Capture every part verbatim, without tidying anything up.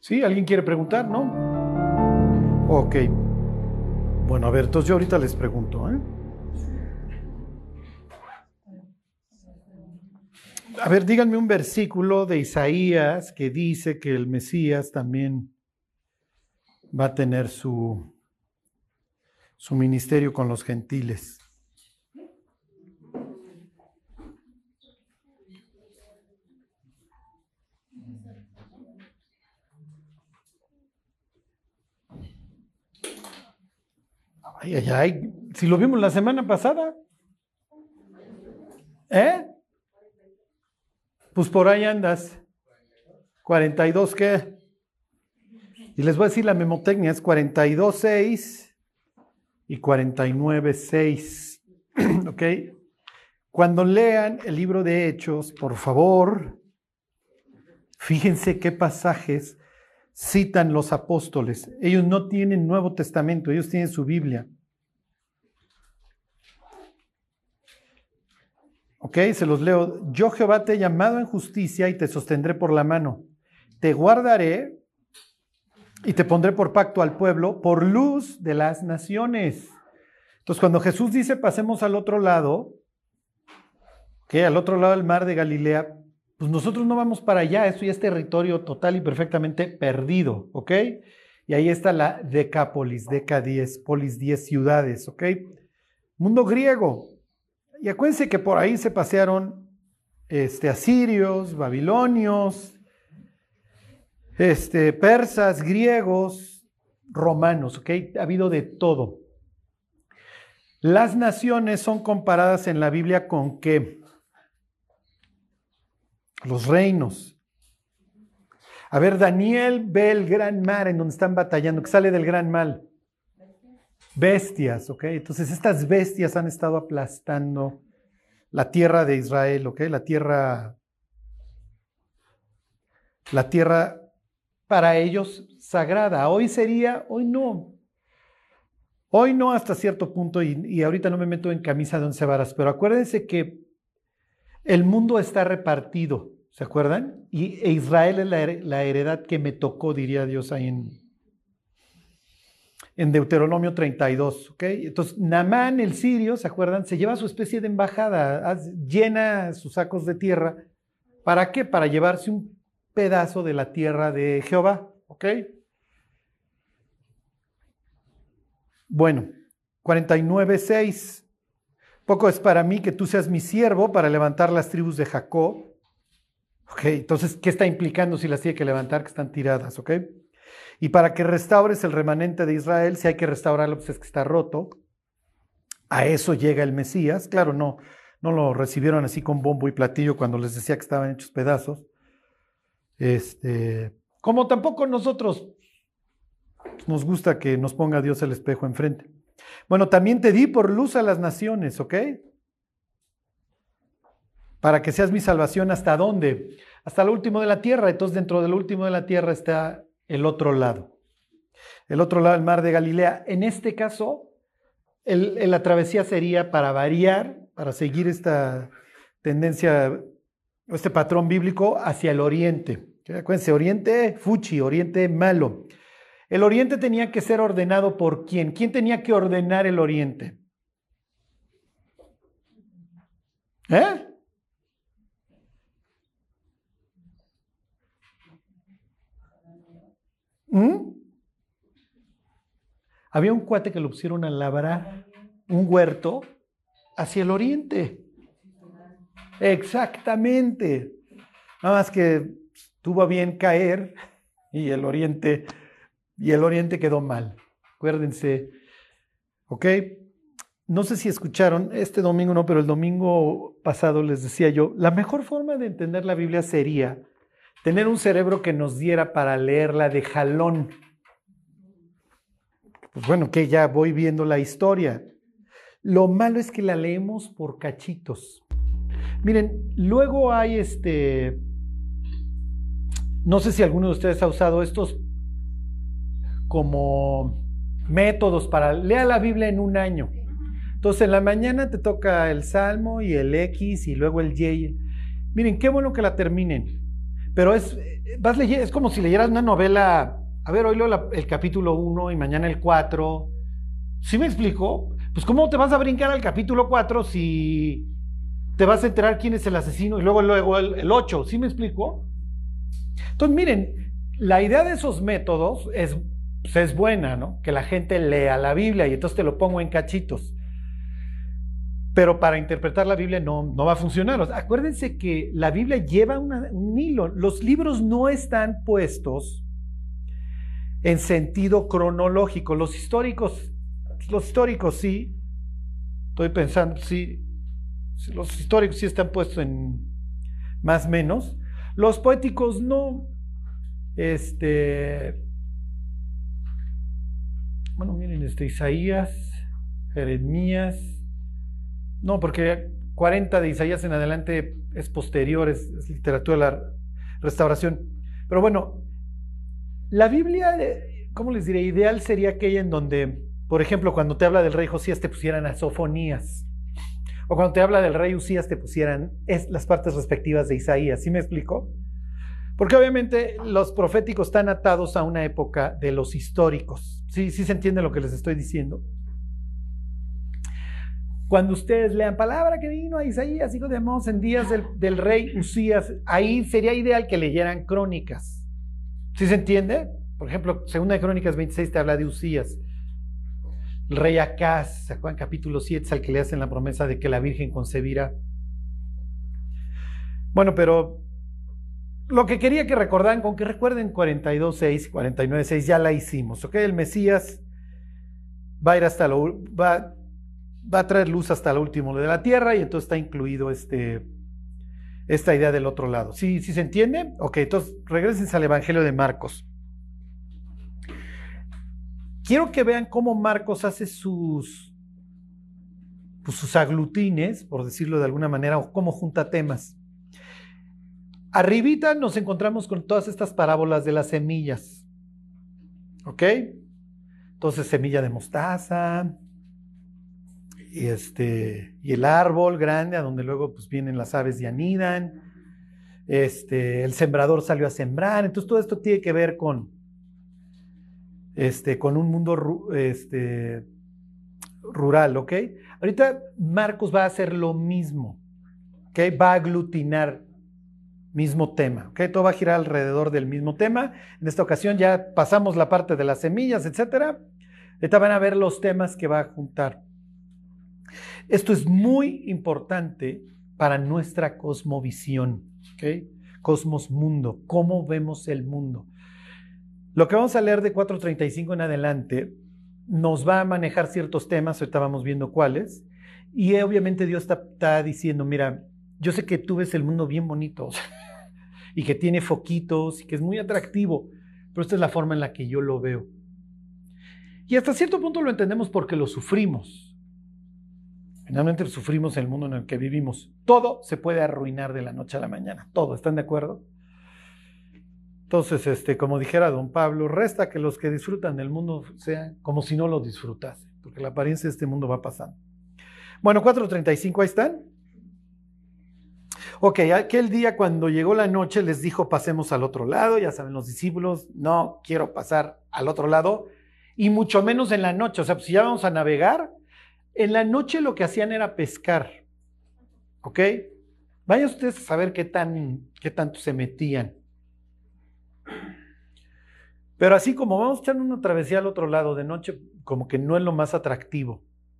¿Sí? ¿Alguien quiere preguntar? ¿No? Ok. Bueno, a ver, entonces yo ahorita les pregunto, ¿eh? A ver, díganme un versículo de Isaías que dice que el Mesías también va a tener su, su ministerio con los gentiles. Ay, ay, ay. Si lo vimos la semana pasada. ¿Eh? Pues por ahí andas. ¿cuarenta y dos qué? Y les voy a decir la memotecnia, es cuarenta y dos seis y cuarenta y nueve seis. ¿Ok? Cuando lean el libro de Hechos, por favor, fíjense qué pasajes citan los apóstoles. Ellos no tienen Nuevo Testamento, ellos tienen su Biblia. Ok, se los leo. Yo, Jehová, te he llamado en justicia y te sostendré por la mano. Te guardaré y te pondré por pacto al pueblo, por luz de las naciones. Entonces, cuando Jesús dice pasemos al otro lado, que al otro lado del mar de Galilea, pues nosotros no vamos para allá, eso ya es territorio total y perfectamente perdido, ¿ok? Y ahí está la Decápolis, Deca diez, polis diez ciudades, ¿ok? Mundo griego. Y acuérdense que por ahí se pasearon este, asirios, babilonios, este, persas, griegos, romanos, ¿ok? Ha habido de todo. Las naciones son comparadas en la Biblia con ¿qué? Los reinos. A ver, Daniel ve el gran mar en donde están batallando, que sale del gran mar. Bestias, ¿ok? Entonces estas bestias han estado aplastando la tierra de Israel, ¿ok? La tierra, la tierra para ellos sagrada. Hoy sería, hoy no. Hoy no hasta cierto punto, y, y ahorita no me meto en camisa de once varas, pero acuérdense que el mundo está repartido, ¿se acuerdan? Y e Israel es la, la heredad que me tocó, diría Dios ahí en, en Deuteronomio treinta y dos, ¿ok? Entonces, Naamán, el sirio, ¿se acuerdan? Se lleva su especie de embajada, llena sus sacos de tierra. ¿Para qué? Para llevarse un pedazo de la tierra de Jehová, ¿ok? Bueno, cuarenta y nueve seis. Poco es para mí que tú seas mi siervo para levantar las tribus de Jacob. Ok, entonces, ¿qué está implicando si las tiene que levantar? Que están tiradas, ¿ok? Y para que restaures el remanente de Israel, si hay que restaurarlo, pues es que está roto. A eso llega el Mesías. Claro, no, no lo recibieron así con bombo y platillo cuando les decía que estaban hechos pedazos. Este, como tampoco nosotros nos gusta que nos ponga Dios el espejo enfrente. Bueno, también te di por luz a las naciones, ¿ok? Para que seas mi salvación, ¿hasta dónde? Hasta lo último de la tierra. Entonces, dentro de lo último de la tierra está el otro lado. El otro lado del mar de Galilea. En este caso, el, el, la travesía sería para variar, para seguir esta tendencia, este patrón bíblico hacia el oriente. Acuérdense, oriente fuchi, oriente malo. El oriente tenía que ser ordenado por ¿quién? ¿Quién tenía que ordenar el oriente? ¿Eh? ¿Mm? Había un cuate que lo pusieron a labrar un huerto hacia el oriente. Exactamente. Nada más que tuvo a bien caer y el oriente... Y el oriente quedó mal. Acuérdense. ¿Ok? No sé si escucharon, este domingo no, pero el domingo pasado les decía yo, la mejor forma de entender la Biblia sería tener un cerebro que nos diera para leerla de jalón. Pues bueno, que ya voy viendo la historia. Lo malo es que la leemos por cachitos. Miren, luego hay este... No sé si alguno de ustedes ha usado estos como métodos para leer la Biblia en un año. Entonces en la mañana te toca el Salmo y el X y luego el Y. Miren, qué bueno que la terminen, Pero es, vas leyendo, es como si leyeras una novela, a ver, hoy leo la, el capítulo uno y mañana el cuatro. ¿Sí me explico? Pues ¿cómo te vas a brincar al capítulo cuatro si te vas a enterar quién es el asesino y luego, luego el, el ocho? ¿Sí me explico? Entonces, miren, la idea de esos métodos es, pues es buena, ¿no? Que la gente lea la Biblia y entonces te lo pongo en cachitos. Pero para interpretar la Biblia no, no va a funcionar. O sea, acuérdense que la Biblia lleva una, un hilo. Los libros no están puestos en sentido cronológico. Los históricos, los históricos sí. Estoy pensando, sí. Los históricos sí están puestos en más o menos. Los poéticos no. Este. Bueno, miren, este Isaías, Jeremías. No, porque cuarenta de Isaías en adelante es posterior, es, es literatura de la restauración. Pero bueno, la Biblia, ¿cómo les diré? Ideal sería aquella en donde, por ejemplo, cuando te habla del rey Josías te pusieran a Sofonías. O cuando te habla del rey Usías te pusieran es, las partes respectivas de Isaías. ¿Sí me explico? Porque obviamente los proféticos están atados a una época de los históricos. ¿Sí, sí se entiende lo que les estoy diciendo? Cuando ustedes lean palabra que vino a Isaías, hijo de Amós, en días del, del rey Usías, ahí sería ideal que leyeran crónicas. ¿Sí se entiende? Por ejemplo, segunda de Crónicas veintiséis te habla de Usías. El rey Acaz, ¿se acuerdan? Capítulo siete es al que le hacen la promesa de que la Virgen concebirá. Bueno, pero lo que quería que recordaran, con que recuerden cuarenta y dos seis y cuarenta y nueve seis, ya la hicimos, ¿ok? El Mesías va a ir hasta lo... Va, va a traer luz hasta el último de la tierra y entonces está incluido este, esta idea del otro lado. ¿Sí, sí se entiende? Ok, entonces regresen al Evangelio de Marcos. Quiero que vean cómo Marcos hace sus, pues sus aglutines, por decirlo de alguna manera, o cómo junta temas. Arribita nos encontramos con todas estas parábolas de las semillas. ¿Ok? Entonces, semilla de mostaza, y, este, y el árbol grande, a donde luego pues, vienen las aves y anidan. Este, el sembrador salió a sembrar. Entonces, todo esto tiene que ver con, este, con un mundo este, rural, ¿ok? Ahorita Marcos va a hacer lo mismo, ¿ok? Va a aglutinar mismo tema, ¿ok? Todo va a girar alrededor del mismo tema. En esta ocasión ya pasamos la parte de las semillas, etcétera. Ahorita van a ver los temas que va a juntar. Esto es muy importante para nuestra cosmovisión, ¿ok? Cosmos mundo, cómo vemos el mundo. Lo que vamos a leer de cuatro treinta y cinco en adelante nos va a manejar ciertos temas, ahorita vamos viendo cuáles, y obviamente Dios está, está diciendo, mira, yo sé que tú ves el mundo bien bonito, o sea, y que tiene foquitos, y que es muy atractivo, pero esta es la forma en la que yo lo veo. Y hasta cierto punto lo entendemos porque lo sufrimos. Finalmente sufrimos el mundo en el que vivimos. Todo se puede arruinar de la noche a la mañana. Todo, ¿están de acuerdo? Entonces, este, como dijera don Pablo, resta que los que disfrutan del mundo sean como si no lo disfrutasen, porque la apariencia de este mundo va pasando. Bueno, cuatro treinta y cinco, ahí están. Ok, aquel día cuando llegó la noche les dijo pasemos al otro lado. Ya saben los discípulos, no quiero pasar al otro lado, y mucho menos en la noche. O sea, pues si ya vamos a navegar, en la noche lo que hacían era pescar, ¿ok? Vayan ustedes a saber qué, tan, qué tanto se metían. Pero así como vamos a echar una travesía al otro lado de noche, como que no es lo más atractivo.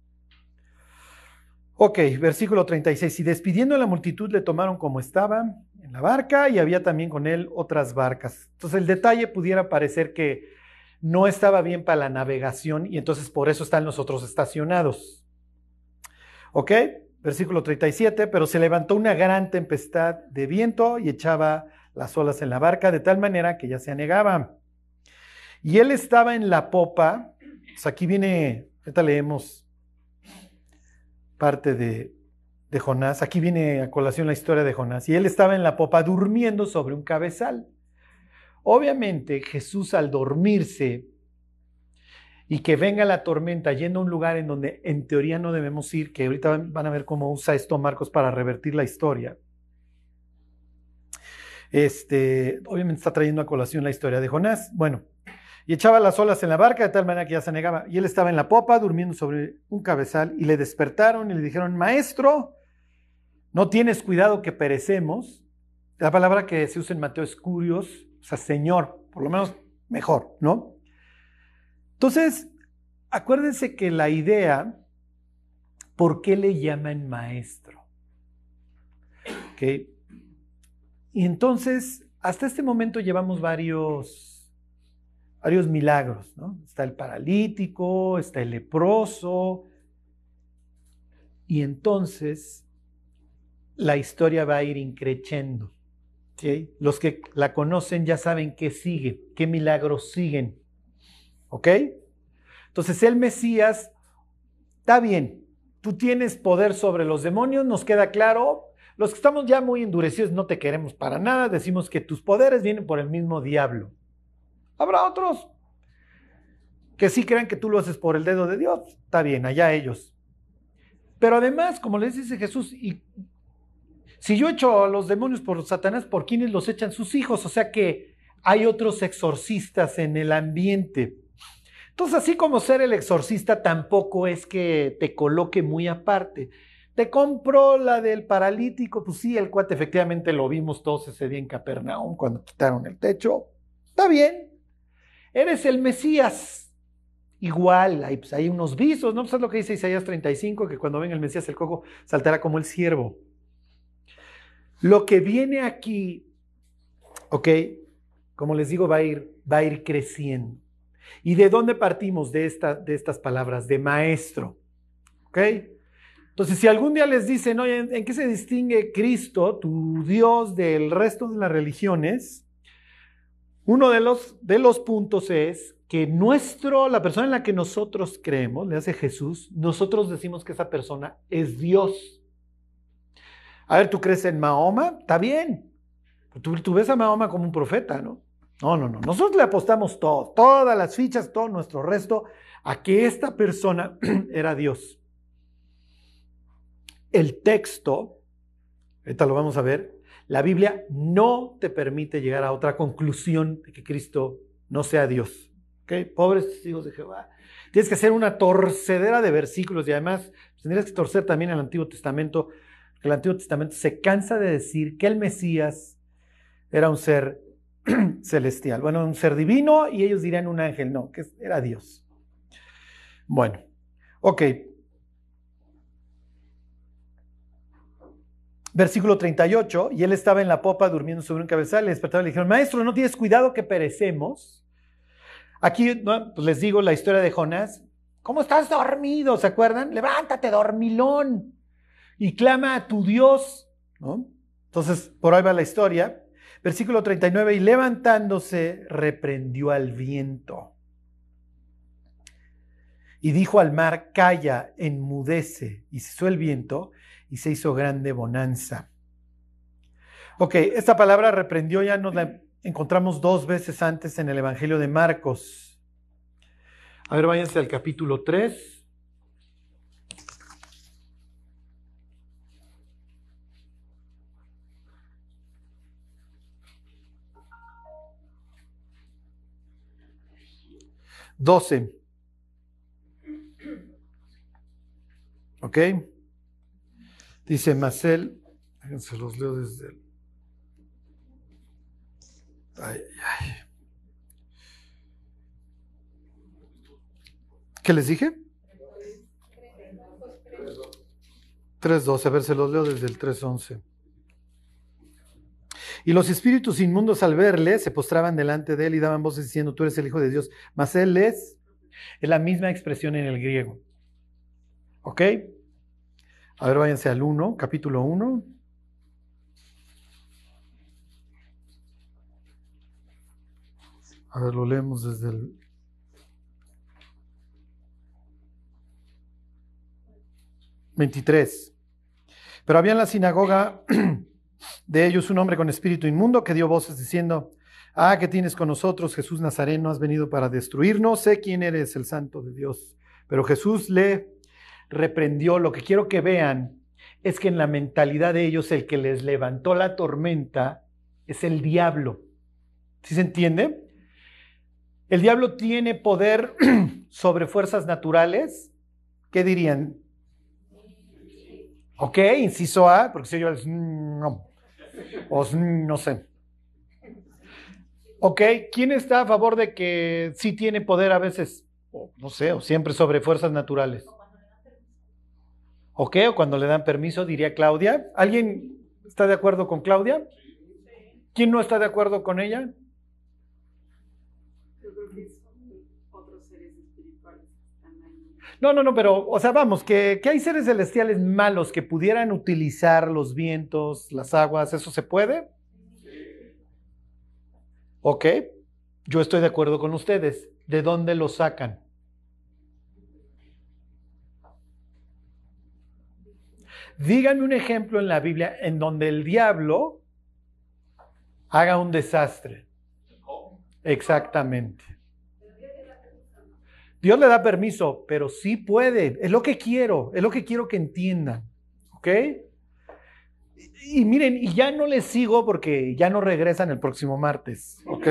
Ok, versículo treinta y seis. Y despidiendo a la multitud le tomaron como estaba en la barca y había también con él otras barcas. Entonces el detalle pudiera parecer que no estaba bien para la navegación y entonces por eso están los otros estacionados. Ok, versículo treinta y siete. Pero se levantó una gran tempestad de viento y echaba las olas en la barca de tal manera que ya se anegaba. Y él estaba en la popa. Pues aquí viene, ahorita leemos parte de, de Jonás. Aquí viene a colación la historia de Jonás. Y él estaba en la popa durmiendo sobre un cabezal. Obviamente Jesús al dormirse y que venga la tormenta yendo a un lugar en donde en teoría no debemos ir, que ahorita van a ver cómo usa esto Marcos para revertir la historia. Este, obviamente está trayendo a colación la historia de Jonás. Bueno, y echaba las olas en la barca de tal manera que ya se anegaba. Y él estaba en la popa durmiendo sobre un cabezal y le despertaron y le dijeron, maestro, no tienes cuidado que perecemos. La palabra que se usa en Mateo es curios, o sea, señor, por lo menos mejor, ¿no? Entonces, acuérdense que la idea, ¿por qué le llaman maestro? ¿Ok? Y entonces, hasta este momento llevamos varios, varios milagros, ¿no? Está el paralítico, está el leproso, y entonces la historia va a ir increciendo, ¿sí? Los que la conocen ya saben qué sigue, qué milagros siguen, ¿ok? Entonces el Mesías, está bien, tú tienes poder sobre los demonios, nos queda claro. Los que estamos ya muy endurecidos no te queremos para nada, decimos que tus poderes vienen por el mismo diablo. Habrá otros que sí crean que tú lo haces por el dedo de Dios, está bien, allá ellos. Pero además, como les dice Jesús, y si yo echo a los demonios por Satanás, ¿por quiénes los echan? Sus hijos, o sea que hay otros exorcistas en el ambiente. Entonces, así como ser el exorcista tampoco es que te coloque muy aparte. Te compro la del paralítico, pues sí, el cuate efectivamente lo vimos todos ese día en Capernaum cuando quitaron el techo. Está bien, eres el Mesías. Igual, hay, pues, hay unos visos, ¿no? Pues es lo que dice Isaías treinta y cinco, que cuando venga el Mesías el cojo saltará como el ciervo. Lo que viene aquí, ok, como les digo, va a ir, va a ir creciendo. ¿Y de dónde partimos de, esta, de estas palabras? De maestro, ok. Entonces, si algún día les dicen, oye, ¿en qué se distingue Cristo, tu Dios, del resto de las religiones? Uno de los, de los puntos es que nuestro, la persona en la que nosotros creemos, le hace Jesús, nosotros decimos que esa persona es Dios. A ver, ¿tú crees en Mahoma? Está bien. Tú, tú ves a Mahoma como un profeta, ¿no? No, no, no. Nosotros le apostamos todo, todas las fichas, todo nuestro resto, a que esta persona era Dios. El texto, ahorita lo vamos a ver, la Biblia no te permite llegar a otra conclusión de que Cristo no sea Dios. ¿Ok? Pobres testigos de Jehová. Tienes que hacer una torcedera de versículos y además tendrías que torcer también el Antiguo Testamento, porque el Antiguo Testamento se cansa de decir que el Mesías era un ser celestial. Bueno, un ser divino y ellos dirían un ángel. No, que era Dios. Bueno, ok. Versículo treinta y ocho, y él estaba en la popa durmiendo sobre un cabezal, le despertaron y le dijeron, maestro, ¿no tienes cuidado que perecemos? Aquí, ¿no? Pues les digo la historia de Jonás. ¿Cómo estás dormido? ¿Se acuerdan? Levántate, dormilón, y clama a tu Dios, ¿no? Entonces, por ahí va la historia. Versículo treinta y nueve, y levantándose, reprendió al viento. Y dijo al mar, calla, enmudece, y cesó el viento, y se hizo grande bonanza. Ok, esta palabra reprendió ya nos la encontramos dos veces antes en el Evangelio de Marcos. A ver, váyanse al capítulo tres. doce. Ok. Dice Marcel, se los leo desde el... Ay, ay. ¿Qué les dije? tres doce, a ver, se los leo desde el tres once. Y los espíritus inmundos al verle se postraban delante de él y daban voces diciendo, tú eres el Hijo de Dios. Mas él es, es la misma expresión en el griego. ¿Ok? A ver, váyanse al uno, capítulo uno. A ver, lo leemos desde el... veintitrés. Pero había en la sinagoga de ellos un hombre con espíritu inmundo que dio voces diciendo, ah, ¿qué tienes con nosotros, Jesús Nazareno? Has venido para destruirnos, sé quién eres, el Santo de Dios. Pero Jesús le reprendió. Lo que quiero que vean es que en la mentalidad de ellos el que les levantó la tormenta es el diablo. ¿Sí se entiende? El diablo tiene poder sobre fuerzas naturales. ¿Qué dirían? Ok, inciso A, porque si yo es no, o no sé. Ok, ¿quién está a favor de que sí tiene poder a veces, o no sé, o siempre sobre fuerzas naturales? Ok, o cuando le dan permiso, diría Claudia. ¿Alguien está de acuerdo con Claudia? ¿Quién no está de acuerdo con ella? Yo creo que son otros seres espirituales que están ahí. No, no, no, pero, o sea, vamos, que, que hay seres celestiales malos que pudieran utilizar los vientos, las aguas, ¿eso se puede? Ok, yo estoy de acuerdo con ustedes. ¿De dónde lo sacan? Díganme un ejemplo en la Biblia en donde el diablo haga un desastre. Exactamente. Dios le da permiso, pero sí puede. Es lo que quiero, es lo que quiero que entiendan. ¿Ok? Y, y miren, y ya no les sigo porque ya no regresan el próximo martes. ¿Ok?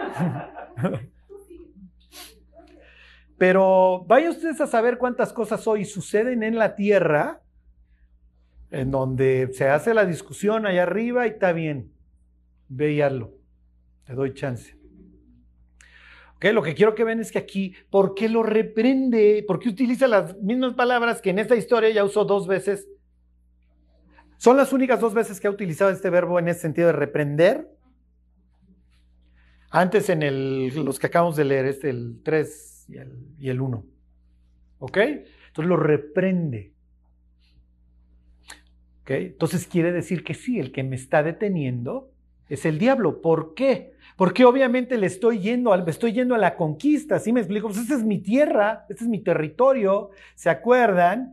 Pero vayan ustedes a saber cuántas cosas hoy suceden en la tierra, en donde se hace la discusión allá arriba y está bien. Ve y hazlo. Te doy chance. Okay, lo que quiero que vean es que aquí, ¿por qué lo reprende? ¿Por qué utiliza las mismas palabras que en esta historia ya usó dos veces? Son las únicas dos veces que ha utilizado este verbo en ese sentido de reprender. Antes en el, los que acabamos de leer, este, el tres y el, y el uno. ¿Ok? Entonces lo reprende. ¿Ok? Entonces quiere decir que sí, el que me está deteniendo es el diablo. ¿Por qué? Porque obviamente le estoy yendo, me estoy yendo a la conquista, ¿sí me explico? Pues esta es mi tierra, este es mi territorio, ¿se acuerdan?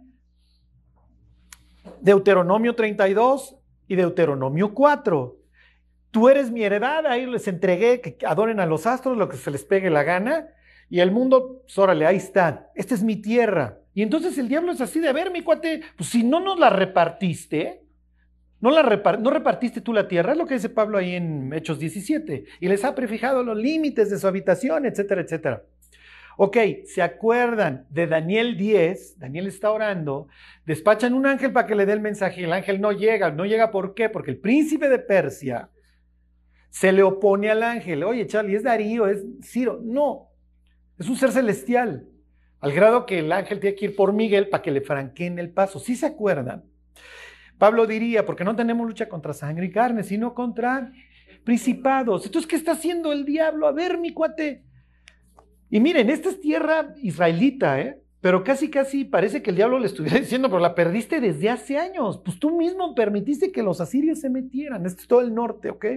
Deuteronomio treinta y dos y Deuteronomio cuatro. Tú eres mi heredad, ahí les entregué que adoren a los astros, lo que se les pegue la gana, y el mundo, pues órale, ahí está, esta es mi tierra. Y entonces el diablo es así de, a ver, mi cuate, pues si no nos la repartiste, No, la repar no repartiste tú la tierra, es lo que dice Pablo ahí en Hechos diecisiete, y les ha prefijado los límites de su habitación, etcétera, etcétera. Ok, ¿se acuerdan de Daniel diez? Daniel está orando, despachan un ángel para que le dé el mensaje, y el ángel no llega. ¿No llega por qué? Porque el príncipe de Persia se le opone al ángel. Oye, Charlie, ¿es Darío? ¿Es Ciro? No, es un ser celestial, al grado que el ángel tiene que ir por Miguel para que le franqueen el paso. ¿Sí se acuerdan? Pablo diría, porque no tenemos lucha contra sangre y carne, sino contra principados. Entonces, ¿qué está haciendo el diablo? A ver, mi cuate. Y miren, esta es tierra israelita, ¿eh? Pero casi, casi parece que el diablo le estuviera diciendo, pero la perdiste desde hace años. Pues tú mismo permitiste que los asirios se metieran. Esto es todo el norte, ¿ok?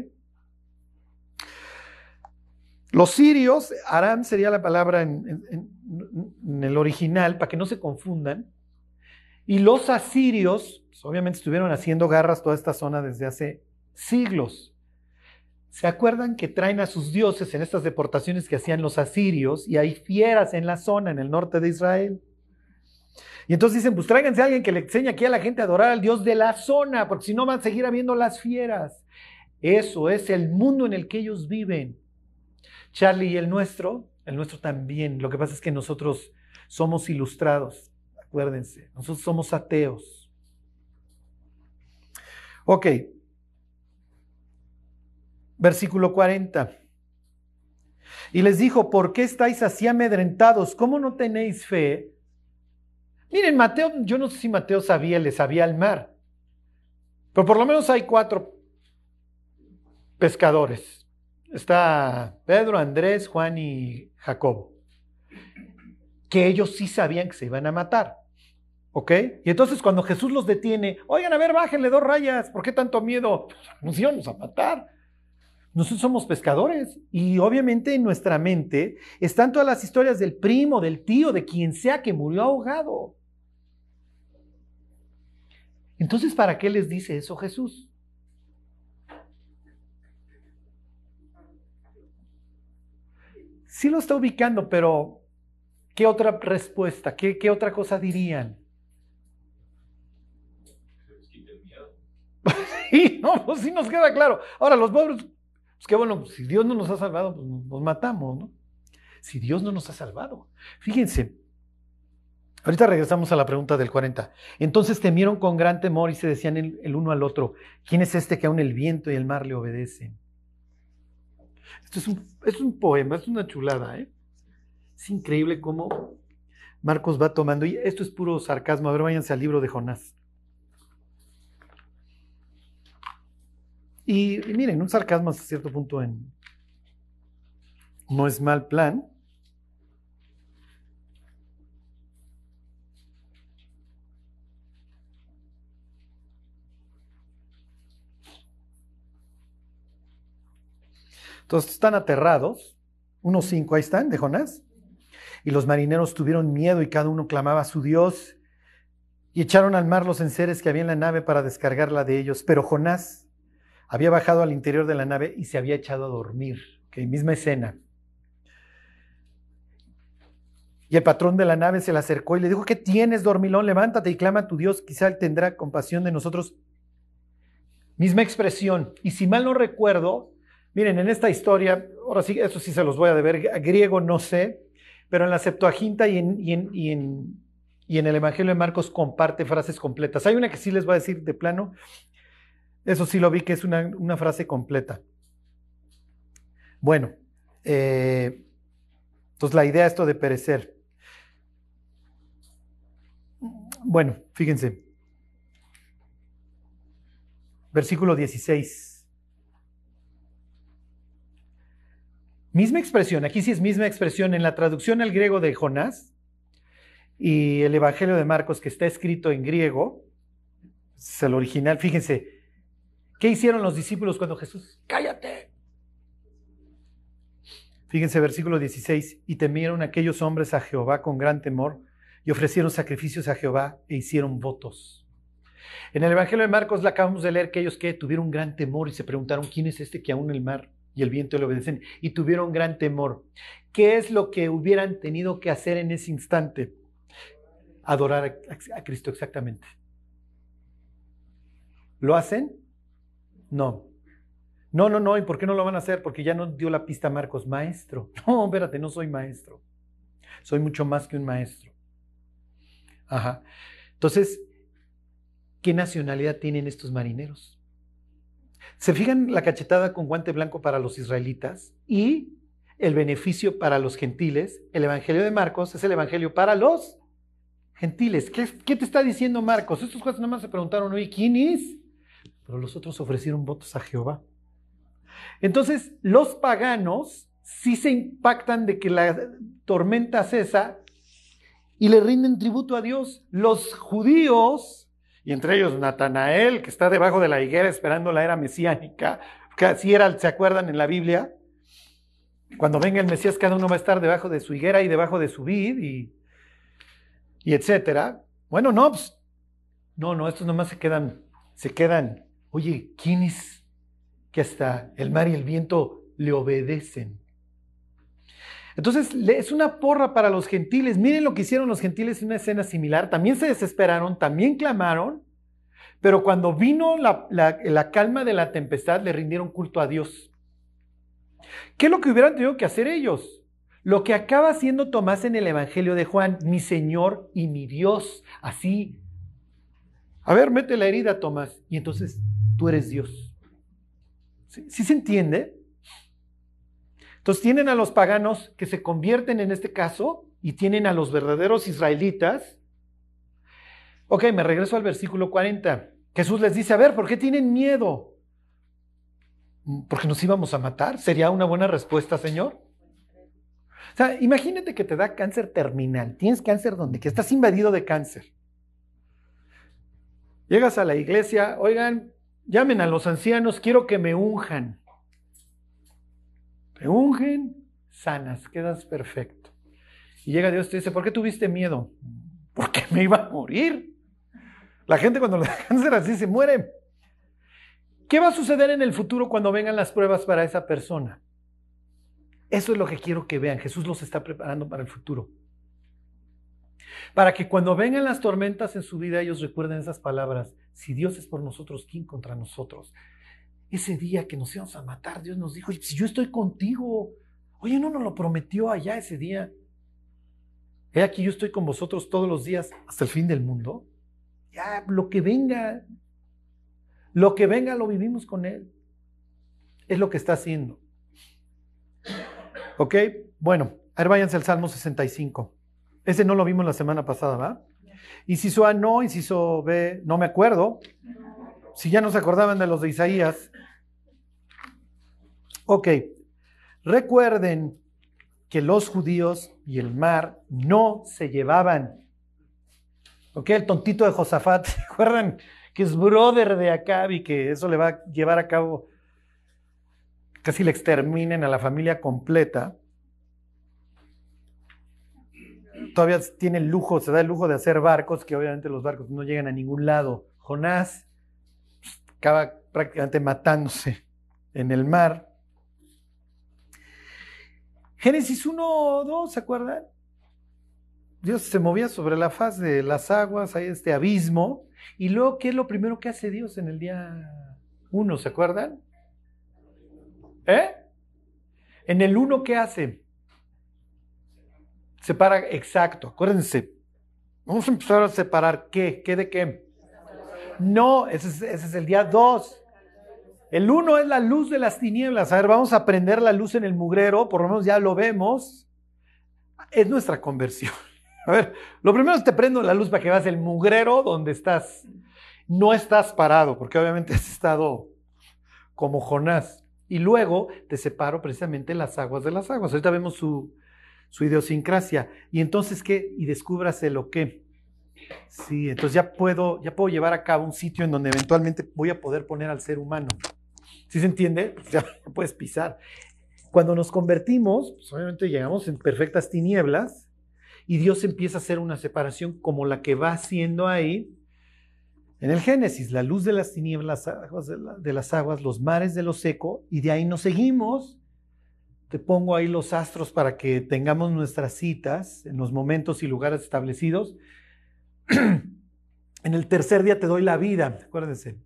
Los sirios, Aram sería la palabra en, en, en el original, para que no se confundan. Y los asirios, pues obviamente estuvieron haciendo garras toda esta zona desde hace siglos. ¿Se acuerdan que traen a sus dioses en estas deportaciones que hacían los asirios? Y hay fieras en la zona, en el norte de Israel. Y entonces dicen, pues tráiganse a alguien que le enseñe aquí a la gente a adorar al Dios de la zona, porque si no van a seguir habiendo las fieras. Eso es el mundo en el que ellos viven. Charlie, ¿y el nuestro? El nuestro también. Lo que pasa es que nosotros somos ilustrados. Acuérdense, nosotros somos ateos. Ok. Versículo cuarenta. Y les dijo, ¿por qué estáis así amedrentados? ¿Cómo no tenéis fe? Miren, Mateo, yo no sé si Mateo sabía, le sabía al mar. Pero por lo menos hay cuatro pescadores. Está Pedro, Andrés, Juan y Jacobo. Que ellos sí sabían que se iban a matar. ¿Ok? Y entonces cuando Jesús los detiene, oigan, a ver, bájenle dos rayas, ¿por qué tanto miedo? Nos íbamos a matar. Nosotros somos pescadores y obviamente en nuestra mente están todas las historias del primo, del tío, de quien sea que murió ahogado. Entonces, ¿para qué les dice eso Jesús? Sí lo está ubicando, pero ¿qué otra respuesta? ¿Qué, qué otra cosa dirían? Sí, no, pues sí nos queda claro. Ahora, los pobres, Pues qué bueno, si Dios no nos ha salvado, pues nos matamos, ¿no? Si Dios no nos ha salvado. Fíjense, ahorita regresamos a la pregunta del cuarenta. Entonces temieron con gran temor y se decían el, el uno al otro, ¿quién es este que aún el viento y el mar le obedecen? Esto es un, es un poema, es una chulada, ¿eh? Es increíble cómo Marcos va tomando, y esto es puro sarcasmo. A ver, váyanse al libro de Jonás. Y, y miren, un sarcasmo hasta cierto punto en, no es mal plan. Entonces están aterrados, unos cinco, ahí están, de Jonás, y los marineros tuvieron miedo y cada uno clamaba a su Dios y echaron al mar los enseres que había en la nave para descargarla de ellos, pero Jonás había bajado al interior de la nave y se había echado a dormir, que misma escena. Y el patrón de la nave se le acercó y le dijo, ¿qué tienes, dormilón? Levántate y clama a tu Dios, quizá Él tendrá compasión de nosotros. Misma expresión, y si mal no recuerdo, miren, en esta historia, ahora sí, eso sí se los voy a deber, griego no sé, pero en la Septuaginta y en, y, en, y, en, y en el Evangelio de Marcos comparte frases completas. Hay una que sí les voy a decir de plano, eso sí lo vi que es una, una frase completa. Bueno, eh, entonces la idea esto de perecer. Bueno, fíjense. Versículo dieciséis. Misma expresión, aquí sí es misma expresión en la traducción al griego de Jonás y el Evangelio de Marcos que está escrito en griego, es el original. Fíjense, ¿qué hicieron los discípulos cuando Jesús? ¡Cállate! Fíjense, versículo dieciséis, y temieron aquellos hombres a Jehová con gran temor y ofrecieron sacrificios a Jehová e hicieron votos. En el Evangelio de Marcos la acabamos de leer que ellos que tuvieron gran temor y se preguntaron, ¿quién es este que aún el mar y el viento le obedecen? Y tuvieron gran temor. ¿Qué es lo que hubieran tenido que hacer en ese instante? Adorar a, a Cristo, exactamente. ¿Lo hacen? No. No, no, no. ¿Y por qué no lo van a hacer? Porque ya no dio la pista Marcos, maestro. No, espérate, no soy maestro. Soy mucho más que un maestro. Ajá. Entonces, ¿qué nacionalidad tienen estos marineros? ¿Se fijan la cachetada con guante blanco para los israelitas y el beneficio para los gentiles? El Evangelio de Marcos es el Evangelio para los gentiles. ¿Qué, qué te está diciendo Marcos? Estos jueces nada más se preguntaron, oye, ¿quién es? Pero los otros ofrecieron votos a Jehová. Entonces, los paganos sí se impactan de que la tormenta cesa y le rinden tributo a Dios. Los judíos, y entre ellos Natanael, que está debajo de la higuera esperando la era mesiánica, que así era, ¿se acuerdan en la Biblia? Cuando venga el Mesías, cada uno va a estar debajo de su higuera y debajo de su vid, y, y etcétera. Bueno, no, pues, no, no, estos nomás se quedan, se quedan, oye, ¿quién es que hasta el mar y el viento le obedecen? Entonces, es una porra para los gentiles. Miren lo que hicieron los gentiles en una escena similar. También se desesperaron, también clamaron, pero cuando vino la, la, la calma de la tempestad, le rindieron culto a Dios. ¿Qué es lo que hubieran tenido que hacer ellos? Lo que acaba haciendo Tomás en el Evangelio de Juan, mi Señor y mi Dios. Así. A ver, mete la herida, Tomás. Y entonces, tú eres Dios. ¿Sí, ¿Sí se entiende? Entonces tienen a los paganos que se convierten en este caso y tienen a los verdaderos israelitas. Ok, me regreso al versículo cuarenta. Jesús les dice, a ver, ¿por qué tienen miedo? ¿Porque nos íbamos a matar? ¿Sería una buena respuesta, Señor? O sea, imagínate que te da cáncer terminal. Tienes cáncer donde que estás invadido de cáncer. Llegas a la iglesia, oigan, llamen a los ancianos, quiero que me unjan. Te ungen, sanas, quedas perfecto. Y llega Dios y te dice, ¿por qué tuviste miedo? Porque me iba a morir. La gente cuando le da cáncer así se muere. ¿Qué va a suceder en el futuro cuando vengan las pruebas para esa persona? Eso es lo que quiero que vean. Jesús los está preparando para el futuro. Para que cuando vengan las tormentas en su vida, ellos recuerden esas palabras. Si Dios es por nosotros, ¿quién contra nosotros? ese día que nos íbamos a matar, Dios nos dijo, si yo estoy contigo, oye, ¿no nos lo prometió allá ese día? He aquí yo estoy con vosotros todos los días hasta el fin del mundo. Ya, lo que venga, lo que venga lo vivimos con Él. Es lo que está haciendo. ¿Ok? Bueno, a ver, váyanse al Salmo sesenta y cinco. Ese no lo vimos la semana pasada, ¿va? Inciso A no, inciso B, no me acuerdo. Si ya no se acordaban de los de Isaías. Ok, recuerden que los judíos y el mar no se llevaban. Ok, el tontito de Josafat, ¿se acuerdan? Que es brother de Acab y que eso le va a llevar a cabo, casi le exterminen a la familia completa. Todavía tiene el lujo, se da el lujo de hacer barcos, que obviamente los barcos no llegan a ningún lado. Jonás acaba prácticamente matándose en el mar. Génesis uno, dos, ¿se acuerdan? Dios se movía sobre la faz de las aguas, hay este abismo. Y luego, ¿qué es lo primero que hace Dios en el día uno? ¿Se acuerdan? ¿Eh? En el uno, ¿qué hace? Separa, exacto, acuérdense. Vamos a empezar a separar qué, qué de qué. No, ese es, ese es el día dos. El uno es la luz de las tinieblas. A ver, vamos a prender la luz en el mugrero, por lo menos ya lo vemos. Es nuestra conversión. A ver, lo primero es te prendo la luz para que veas el mugrero donde estás. No estás parado, porque obviamente has estado como Jonás. Y luego te separo precisamente las aguas de las aguas. Ahorita vemos su, su idiosincrasia. Y entonces, ¿qué? Y descúbrase lo que. Sí, entonces ya puedo, ya puedo llevar a cabo un sitio en donde eventualmente voy a poder poner al ser humano. ¿Sí se entiende? Pues ya puedes pisar. Cuando nos convertimos, pues obviamente llegamos en perfectas tinieblas y Dios empieza a hacer una separación como la que va haciendo ahí en el Génesis, la luz de las tinieblas, las aguas de, la, de las aguas, los mares de lo seco, y de ahí nos seguimos. Te pongo ahí los astros para que tengamos nuestras citas en los momentos y lugares establecidos. En el tercer día te doy la vida, acuérdense.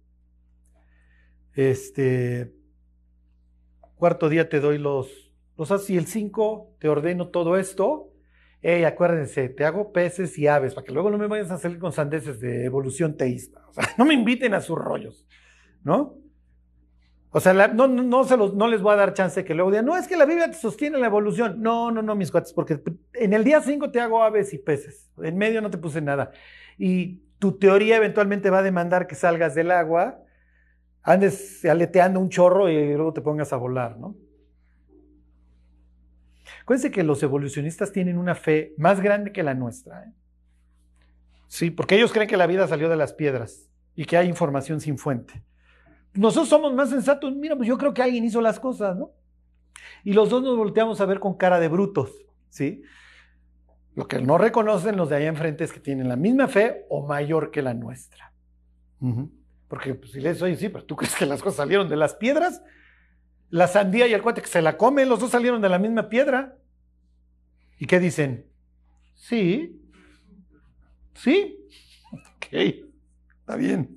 Este, cuarto día te doy los, los astros, y el cinco te ordeno todo esto. Hey, acuérdense, te hago peces y aves, para que luego no me vayas a salir con sandeces de evolución teísta. O sea, no me inviten a sus rollos, ¿no? O sea, la, no, no, no, se los, no les voy a dar chance de que luego digan, no, es que la Biblia te sostiene la evolución. No, no, no, mis cuates, porque en el día cinco te hago aves y peces. En medio no te puse nada. Y tu teoría eventualmente va a demandar que salgas del agua, andes aleteando un chorro y luego te pongas a volar, ¿no? Acuérdense que los evolucionistas tienen una fe más grande que la nuestra, ¿eh? Sí, porque ellos creen que la vida salió de las piedras y que hay información sin fuente. Nosotros somos más sensatos. Mira, pues yo creo que alguien hizo las cosas, ¿no? Y los dos nos volteamos a ver con cara de brutos, ¿sí? Lo que no reconocen los de allá enfrente es que tienen la misma fe o mayor que la nuestra. Uh-huh. Porque pues, si les oye, sí, pero ¿tú crees que las cosas salieron de las piedras? La sandía y el cuate que se la come, los dos salieron de la misma piedra. ¿Y qué dicen? Sí. ¿Sí? Ok, está bien.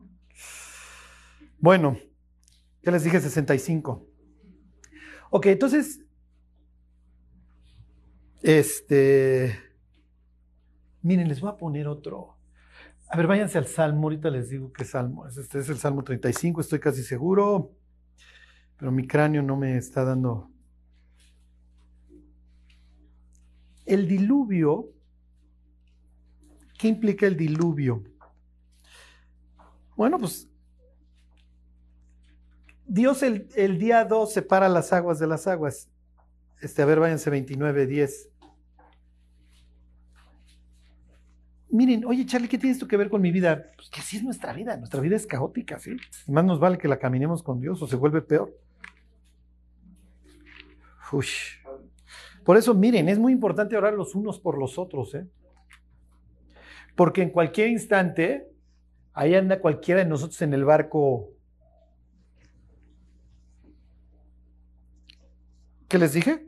Bueno, ya les dije sesenta y cinco. Ok, entonces, este, miren, les voy a poner otro. A ver, váyanse al Salmo, ahorita les digo qué Salmo es. Este es el Salmo treinta y cinco, estoy casi seguro, pero mi cráneo no me está dando. El diluvio, ¿qué implica el diluvio? Bueno, pues Dios el, el día dos separa las aguas de las aguas. Este, a ver, váyanse veintinueve, diez. Miren, oye Charlie, ¿qué tiene esto que ver con mi vida? Pues que así es nuestra vida, nuestra vida es caótica, ¿sí? Más nos vale que la caminemos con Dios o se vuelve peor. Ush. Por eso, miren, es muy importante orar los unos por los otros, ¿eh? Porque en cualquier instante, ahí anda cualquiera de nosotros en el barco. ¿Qué les dije?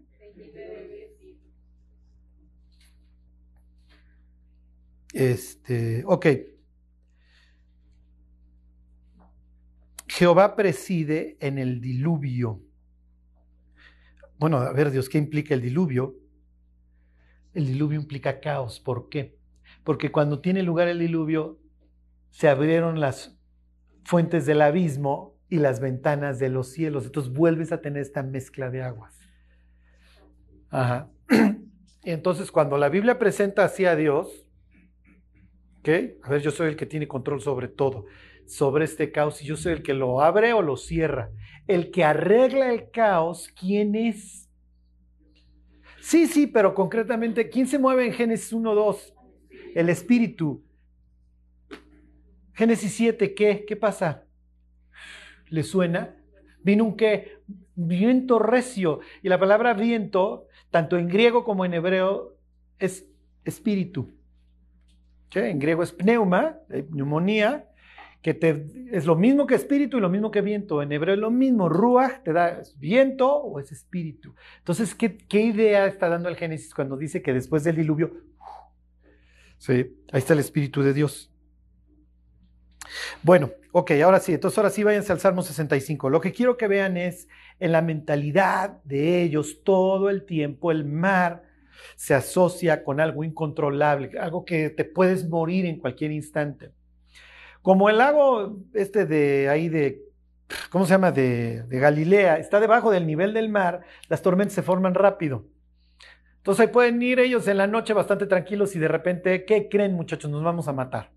Este, ok. Jehová preside en el diluvio. Bueno, a ver, Dios, ¿qué implica el diluvio? El diluvio implica caos. ¿Por qué? Porque cuando tiene lugar el diluvio, se abrieron las fuentes del abismo y las ventanas de los cielos. Entonces vuelves a tener esta mezcla de aguas. Ajá. Y entonces cuando la Biblia presenta así a Dios, ¿ok? A ver, yo soy el que tiene control sobre todo, sobre este caos, y yo soy el que lo abre o lo cierra. El que arregla el caos, ¿quién es? Sí, sí, pero concretamente, ¿quién se mueve en Génesis uno dos? El Espíritu. Génesis siete, ¿qué? ¿Qué pasa? ¿Le suena? Vino un qué? Viento recio. Y la palabra viento, tanto en griego como en hebreo, es espíritu. ¿Sí? En griego es pneuma, neumonía, que te, es lo mismo que espíritu y lo mismo que viento. En hebreo es lo mismo. Ruach te da viento o es espíritu. Entonces, ¿qué, qué idea está dando el Génesis cuando dice que después del diluvio, sí, ahí está el Espíritu de Dios? Bueno, ok, ahora sí, entonces ahora sí váyanse al Salmo sesenta y cinco. Lo que quiero que vean es en la mentalidad de ellos todo el tiempo el mar se asocia con algo incontrolable, algo que te puedes morir en cualquier instante. Como el lago este de ahí de, ¿cómo se llama? De, de Galilea, está debajo del nivel del mar, las tormentas se forman rápido. Entonces ahí pueden ir ellos en la noche bastante tranquilos y de repente, ¿qué creen, muchachos? Nos vamos a matar.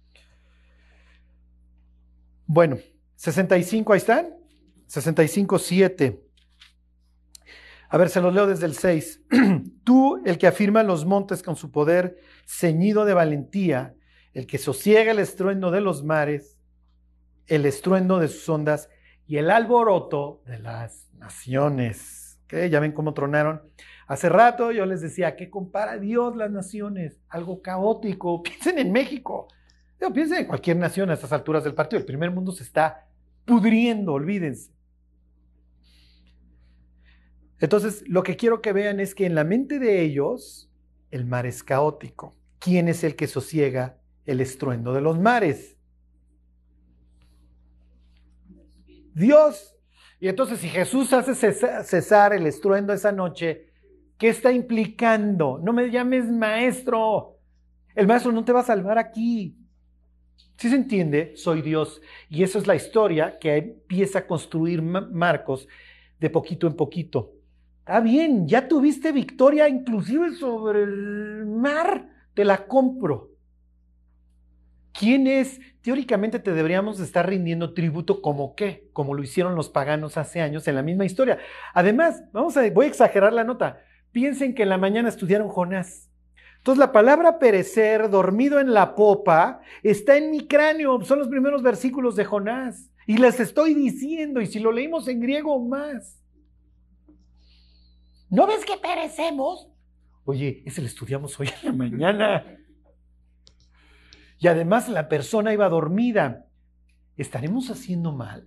Bueno, sesenta y cinco, ahí están. sesenta y cinco, siete. A ver, se los leo desde el seis. Tú, el que afirma los montes con su poder ceñido de valentía, el que sosiega el estruendo de los mares, el estruendo de sus ondas y el alboroto de las naciones. ¿Okay? Ya ven cómo tronaron. Hace rato yo les decía, ¿qué compara Dios las naciones? Algo caótico. Piensen en México. No, piensen en cualquier nación a estas alturas del partido. El primer mundo se está pudriendo, olvídense. Entonces, lo que quiero que vean es que en la mente de ellos, el mar es caótico. ¿Quién es el que sosiega el estruendo de los mares? Dios. Y entonces, si Jesús hace cesar el estruendo esa noche, ¿qué está implicando? No me llames maestro. El maestro no te va a salvar aquí. ¿Sí se entiende? Soy Dios. Y esa es la historia que empieza a construir Marcos de poquito en poquito. Está bien, ya tuviste victoria inclusive sobre el mar, te la compro. ¿Quién es? Teóricamente te deberíamos estar rindiendo tributo como qué, como lo hicieron los paganos hace años en la misma historia. Además, vamos a, voy a exagerar la nota. Piensen que en la mañana estudiaron Jonás. Entonces la palabra perecer, dormido en la popa, está en mi cráneo. Son los primeros versículos de Jonás. Y les estoy diciendo, y si lo leímos en griego más. ¿No ves que perecemos? Oye, ese lo estudiamos hoy en la mañana. Y además la persona iba dormida. ¿Estaremos haciendo mal?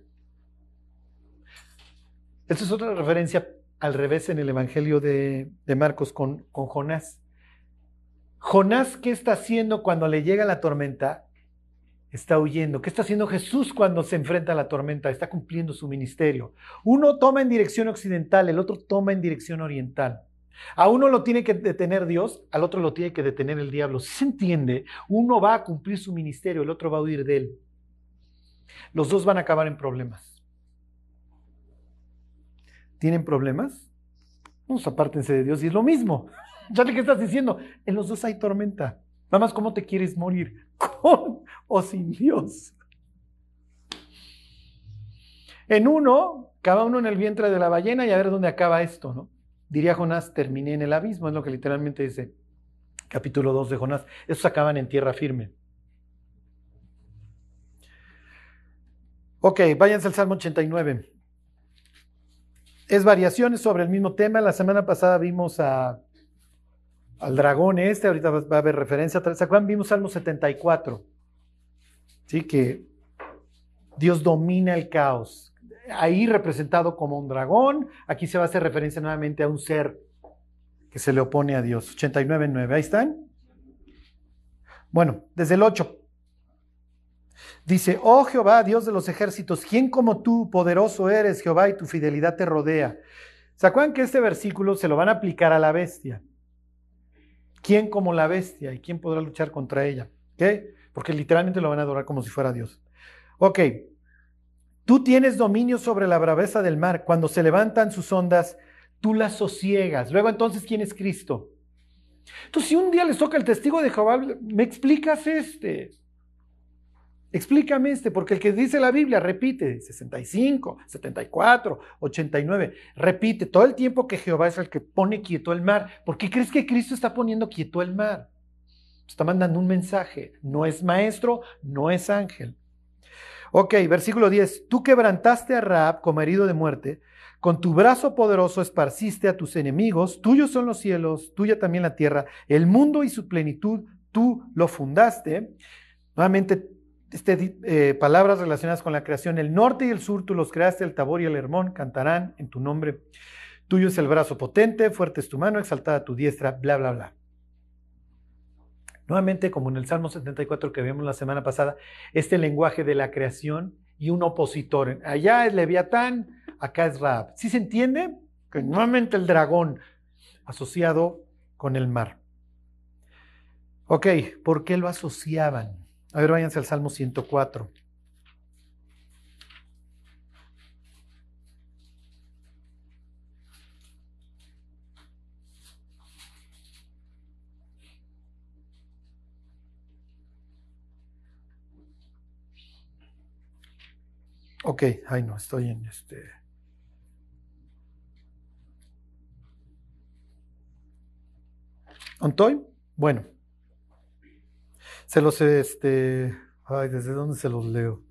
Esta es otra referencia al revés en el Evangelio de, de Marcos con, con Jonás. Jonás, ¿qué está haciendo cuando le llega la tormenta? Está huyendo. ¿Qué está haciendo Jesús cuando se enfrenta a la tormenta? Está cumpliendo su ministerio. Uno toma en dirección occidental, el otro toma en dirección oriental. A uno lo tiene que detener Dios, al otro lo tiene que detener el diablo. ¿Sí se entiende? Uno va a cumplir su ministerio, el otro va a huir de él. Los dos van a acabar en problemas. ¿Tienen problemas? Pues apártense de Dios y es lo mismo. ¿Ya qué estás diciendo? En los dos hay tormenta. Nada más, ¿cómo te quieres morir? ¿Con o sin Dios? En uno, cada uno en el vientre de la ballena y a ver dónde acaba esto, ¿no? Diría Jonás, terminé en el abismo, es lo que literalmente dice capítulo dos de Jonás. Estos acaban en tierra firme. Ok, váyanse al Salmo ochenta y nueve. Es variaciones sobre el mismo tema. La semana pasada vimos a... al dragón este, ahorita va a haber referencia. ¿Se acuerdan? Vimos Salmo setenta y cuatro. ¿Sí? Que Dios domina el caos. Ahí representado como un dragón. Aquí se va a hacer referencia nuevamente a un ser que se le opone a Dios. ochenta y nueve, nueve. ¿Ahí están? Bueno, desde el ocho. Dice, oh Jehová, Dios de los ejércitos, ¿quién como tú, poderoso eres, Jehová, y tu fidelidad te rodea? ¿Se acuerdan que este versículo se lo van a aplicar a la bestia? ¿Quién como la bestia? ¿Y quién podrá luchar contra ella? ¿Qué? Porque literalmente lo van a adorar como si fuera Dios. Ok. Tú tienes dominio sobre la braveza del mar. Cuando se levantan sus ondas, tú las sosiegas. Luego entonces, ¿quién es Cristo? Entonces, si un día les toca el testigo de Jehová, ¿me explicas este? Explícame este, porque el que dice la Biblia repite sesenta y cinco, setenta y cuatro, ochenta y nueve, repite todo el tiempo que Jehová es el que pone quieto el mar. ¿Por qué crees que Cristo está poniendo quieto el mar? Está mandando un mensaje. No es maestro, no es ángel. Ok, versículo diez. Tú quebrantaste a Rahab como herido de muerte, con tu brazo poderoso esparciste a tus enemigos, tuyos son los cielos, tuya también la tierra, el mundo y su plenitud, tú lo fundaste. Nuevamente, este, eh, palabras relacionadas con la creación. El norte y el sur tú los creaste, el Tabor y el Hermón cantarán en tu nombre. Tuyo es el brazo potente, fuerte es tu mano, exaltada tu diestra, bla, bla, bla. Nuevamente, como en el Salmo setenta y cuatro que vimos la semana pasada, este lenguaje de la creación y un opositor. Allá es Leviatán, acá es Rahab. ¿Sí se entiende? Que nuevamente el dragón asociado con el mar. Ok, ¿por qué lo asociaban? A ver, váyanse al Salmo ciento cuatro. Ok, ay no, estoy en este... ¿Ontoy? Bueno. Se los, este... Ay, ¿desde dónde se los leo?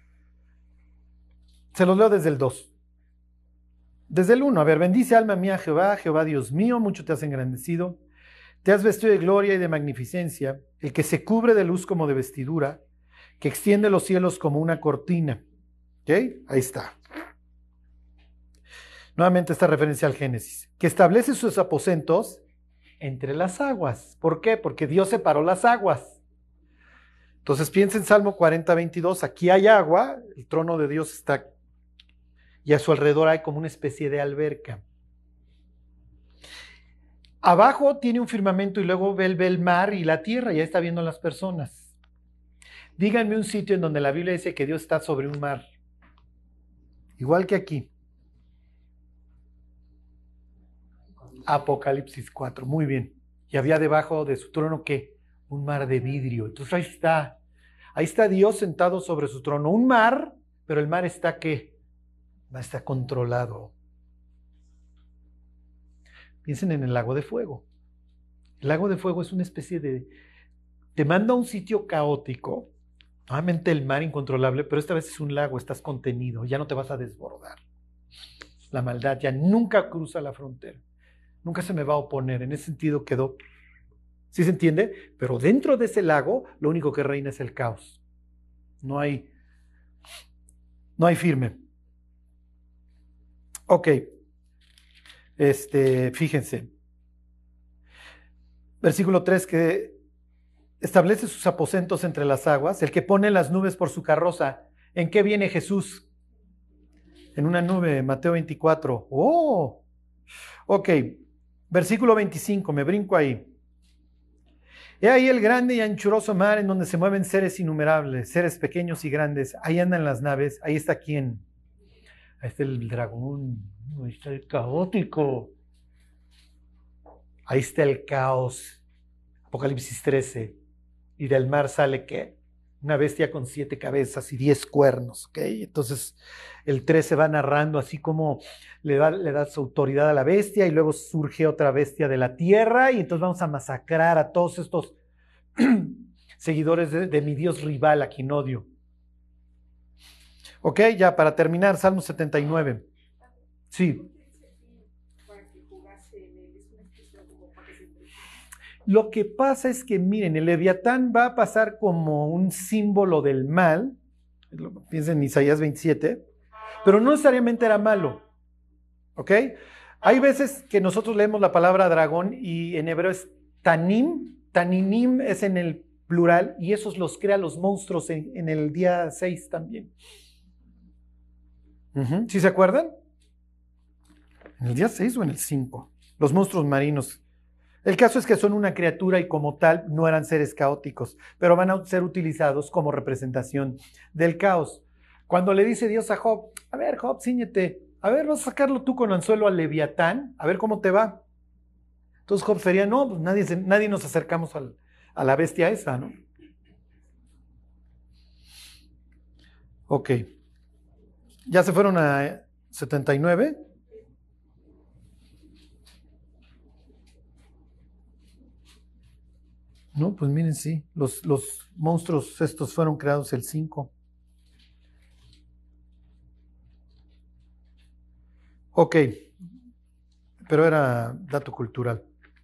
Se los leo desde el dos. Desde el uno. A ver, bendice alma mía Jehová, Jehová Dios mío, mucho te has engrandecido. Te has vestido de gloria y de magnificencia, el que se cubre de luz como de vestidura, que extiende los cielos como una cortina. ¿Ok? Ahí está. Nuevamente esta referencia al Génesis. Que establece sus aposentos entre las aguas. ¿Por qué? Porque Dios separó las aguas. Entonces piensa en Salmo cuarenta, veintidós. Aquí hay agua, el trono de Dios está, y a su alrededor hay como una especie de alberca. Abajo tiene un firmamento y luego ve el, ve el mar y la tierra, y ahí está viendo las personas. Díganme un sitio en donde la Biblia dice que Dios está sobre un mar. Igual que aquí. Apocalipsis cuatro, muy bien. Y había debajo de su trono, ¿qué? Un mar de vidrio. Entonces ahí está. Ahí está Dios sentado sobre su trono. Un mar, pero el mar está, ¿qué? Está controlado. Piensen en el lago de fuego. El lago de fuego es una especie de... Te manda a un sitio caótico. Nuevamente el mar incontrolable, pero esta vez es un lago, estás contenido. Ya no te vas a desbordar. La maldad ya nunca cruza la frontera. Nunca se me va a oponer. En ese sentido quedó... ¿Sí se entiende? Pero dentro de ese lago, lo único que reina es el caos. No hay... No hay firme. Ok. Este, fíjense. Versículo tres, que establece sus aposentos entre las aguas, el que pone las nubes por su carroza. ¿En qué viene Jesús? En una nube, Mateo veinticuatro. ¡Oh! Ok. Versículo veinticinco, me brinco ahí. He ahí el grande y anchuroso mar en donde se mueven seres innumerables, seres pequeños y grandes. Ahí andan las naves. Ahí está quién. Ahí está el dragón. Ahí está el caótico. Ahí está el caos. Apocalipsis trece. Y del mar sale ¿qué? Una bestia con siete cabezas y diez cuernos. ¿Ok? Entonces el trece va narrando así como le da, le da su autoridad a la bestia y luego surge otra bestia de la tierra y entonces vamos a masacrar a todos estos seguidores de, de mi Dios rival a quien odio. Ok, ya para terminar, Salmo setenta y nueve. Sí. Lo que pasa es que, miren, el Leviatán va a pasar como un símbolo del mal. Piensen en Isaías veintisiete. Pero no necesariamente era malo. ¿Ok? Hay veces que nosotros leemos la palabra dragón y en hebreo es tanim. Taninim es en el plural, y esos los crea los monstruos en, en el día seis también. Uh-huh. ¿Sí se acuerdan? ¿En el día seis o en el cinco? Los monstruos marinos. El caso es que son una criatura y como tal no eran seres caóticos, pero van a ser utilizados como representación del caos. Cuando le dice Dios a Job, a ver Job, cíñete, a ver, vas a sacarlo tú con anzuelo al Leviatán, a ver cómo te va. Entonces Job sería, no, pues nadie, nadie nos acercamos al, a la bestia esa, ¿no? Ok. ¿Ya se fueron a setenta y nueve? No, pues miren, sí, los, los monstruos estos fueron creados el cinco. Ok, pero era dato cultural.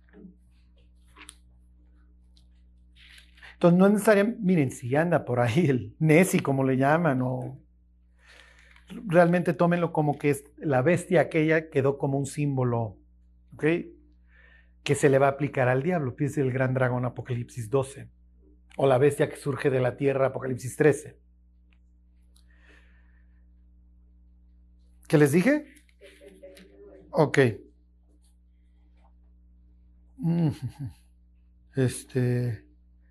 Entonces no es necesario, miren, si anda por ahí el Nessie, como le llaman, o realmente tómenlo como que es la bestia aquella quedó como un símbolo, ¿ok? Que se le va a aplicar al diablo. Piense el gran dragón Apocalipsis doce, o la bestia que surge de la tierra Apocalipsis trece. ¿Qué les dije? Ok. Este...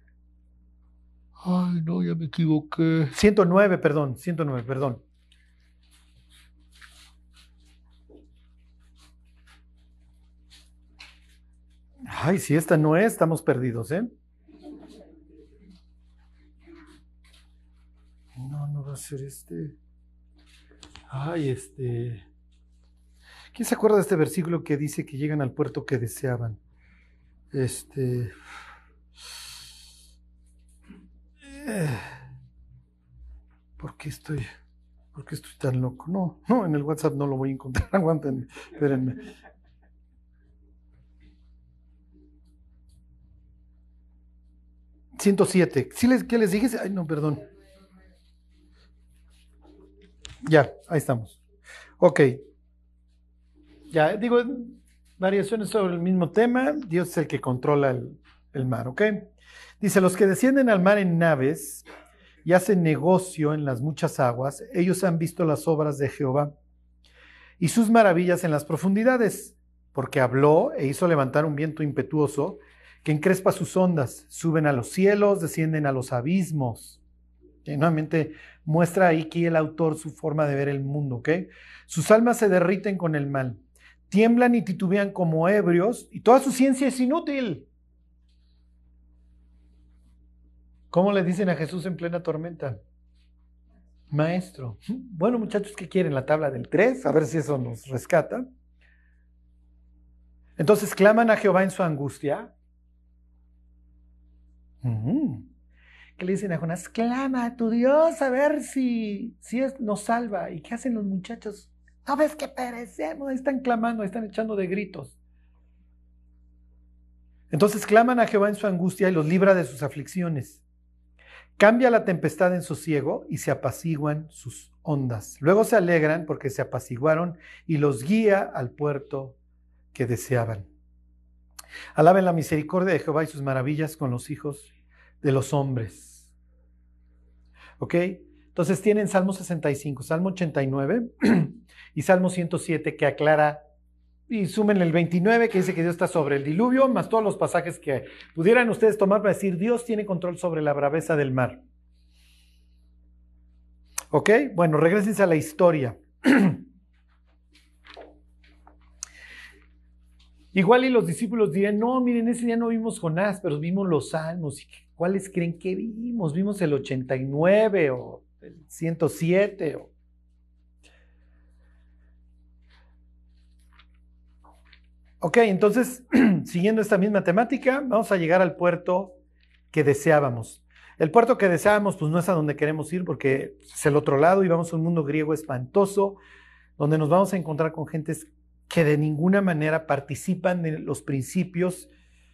Ay, no, ya me equivoqué. ciento nueve, perdón, ciento nueve, perdón. Ay, si esta no es, estamos perdidos, ¿eh? No, no va a ser este. Ay, este. ¿Quién se acuerda de este versículo que dice que llegan al puerto que deseaban? Este. Eh, ¿Por qué estoy, por qué estoy tan loco? No, no, en el WhatsApp no lo voy a encontrar. Aguántenme, espérenme. ciento siete. ¿Sí les, ¿Qué les dije? Ay, no, perdón. Ya, ahí estamos. Ok. Ya, digo, variaciones sobre el mismo tema. Dios es el que controla el, el mar, ¿ok? Dice, los que descienden al mar en naves y hacen negocio en las muchas aguas, ellos han visto las obras de Jehová y sus maravillas en las profundidades, porque habló e hizo levantar un viento impetuoso que encrespa sus ondas, suben a los cielos, descienden a los abismos. Que nuevamente muestra ahí que el autor su forma de ver el mundo, ¿ok? Sus almas se derriten con el mal, tiemblan y titubean como ebrios, y toda su ciencia es inútil. ¿Cómo le dicen a Jesús en plena tormenta? Maestro. Bueno, muchachos, ¿qué quieren? La tabla del tres, a ver si eso nos rescata. Entonces claman a Jehová en su angustia. Uh-huh. ¿Qué le dicen a Jonás? Clama a tu Dios a ver si, si es, nos salva. ¿Y qué hacen los muchachos? ¿No ves que perecemos? Ahí están clamando, ahí están echando de gritos. Entonces claman a Jehová en su angustia y los libra de sus aflicciones. Cambia la tempestad en sosiego y se apaciguan sus ondas. Luego se alegran porque se apaciguaron y los guía al puerto que deseaban. Alaben la misericordia de Jehová y sus maravillas con los hijos de los hombres. ¿Ok? Entonces tienen Salmo sesenta y cinco, Salmo ochenta y nueve y Salmo ciento siete que aclara, y sumen el veintinueve que dice que Dios está sobre el diluvio, más todos los pasajes que pudieran ustedes tomar para decir Dios tiene control sobre la braveza del mar. ¿Ok? Bueno, regrésense a la historia. Igual y los discípulos dirían, no, miren, ese día no vimos Jonás, pero vimos los salmos. ¿Cuáles creen que vimos? ¿Vimos el ochenta y nueve o el ciento siete? O... Ok, entonces, siguiendo esta misma temática, vamos a llegar al puerto que deseábamos. El puerto que deseábamos, pues no es a donde queremos ir porque es el otro lado y vamos a un mundo griego espantoso, donde nos vamos a encontrar con gentes que de ninguna manera participan de los principios,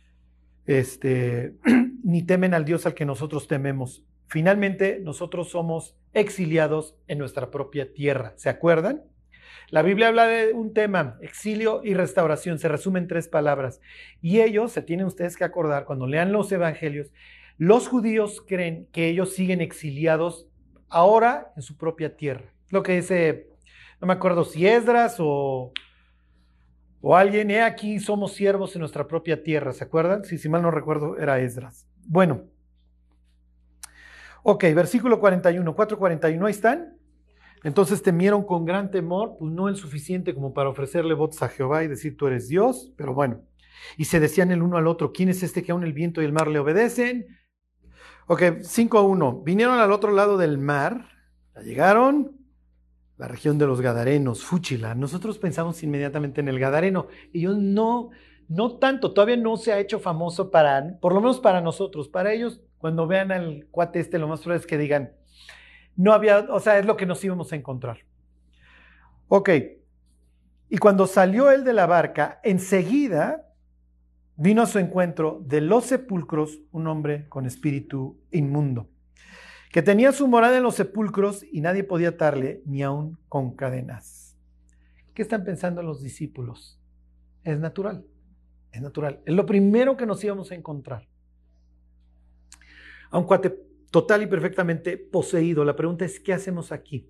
este, ni temen al Dios al que nosotros tememos. Finalmente, nosotros somos exiliados en nuestra propia tierra. ¿Se acuerdan? La Biblia habla de un tema, exilio y restauración, se resume en tres palabras. Y ellos, se tienen ustedes que acordar, cuando lean los evangelios, los judíos creen que ellos siguen exiliados ahora en su propia tierra. Lo que dice, no me acuerdo si Esdras o, o alguien, he aquí somos siervos en nuestra propia tierra, ¿se acuerdan? Sí, si mal no recuerdo, era Esdras. Bueno, ok, versículo cuarenta y uno, cuatro cuarenta y uno, ahí están. Entonces temieron con gran temor, pues no el suficiente como para ofrecerle votos a Jehová y decir tú eres Dios, pero bueno. Y se decían el uno al otro, ¿quién es este que aún el viento y el mar le obedecen? Ok, cinco a uno, vinieron al otro lado del mar, ya llegaron, la región de los Gadarenos, Fúchila. Nosotros pensamos inmediatamente en el Gadareno, y yo no, no tanto, todavía no se ha hecho famoso para, por lo menos para nosotros, para ellos, cuando vean al cuate este, lo más probable es que digan, no había, o sea, es lo que nos íbamos a encontrar. Ok, y cuando salió él de la barca, enseguida vino a su encuentro de los sepulcros un hombre con espíritu inmundo, que tenía su morada en los sepulcros y nadie podía atarle ni aun con cadenas. ¿Qué están pensando los discípulos? Es natural, es natural. Es lo primero que nos íbamos a encontrar. A un cuate total y perfectamente poseído. La pregunta es, ¿qué hacemos aquí?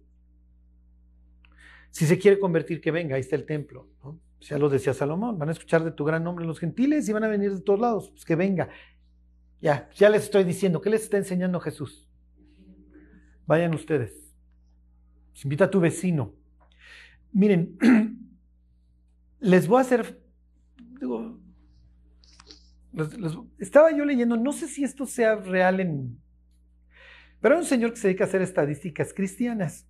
Si se quiere convertir, que venga, ahí está el templo, ¿no? Ya lo decía Salomón, van a escuchar de tu gran nombre los gentiles y van a venir de todos lados, pues que venga. Ya, ya les estoy diciendo, ¿qué les está enseñando Jesús? Vayan ustedes. Invita a tu vecino. Miren, les voy a hacer, digo, les, les, estaba yo leyendo, no sé si esto sea real en, pero hay un señor que se dedica a hacer estadísticas cristianas.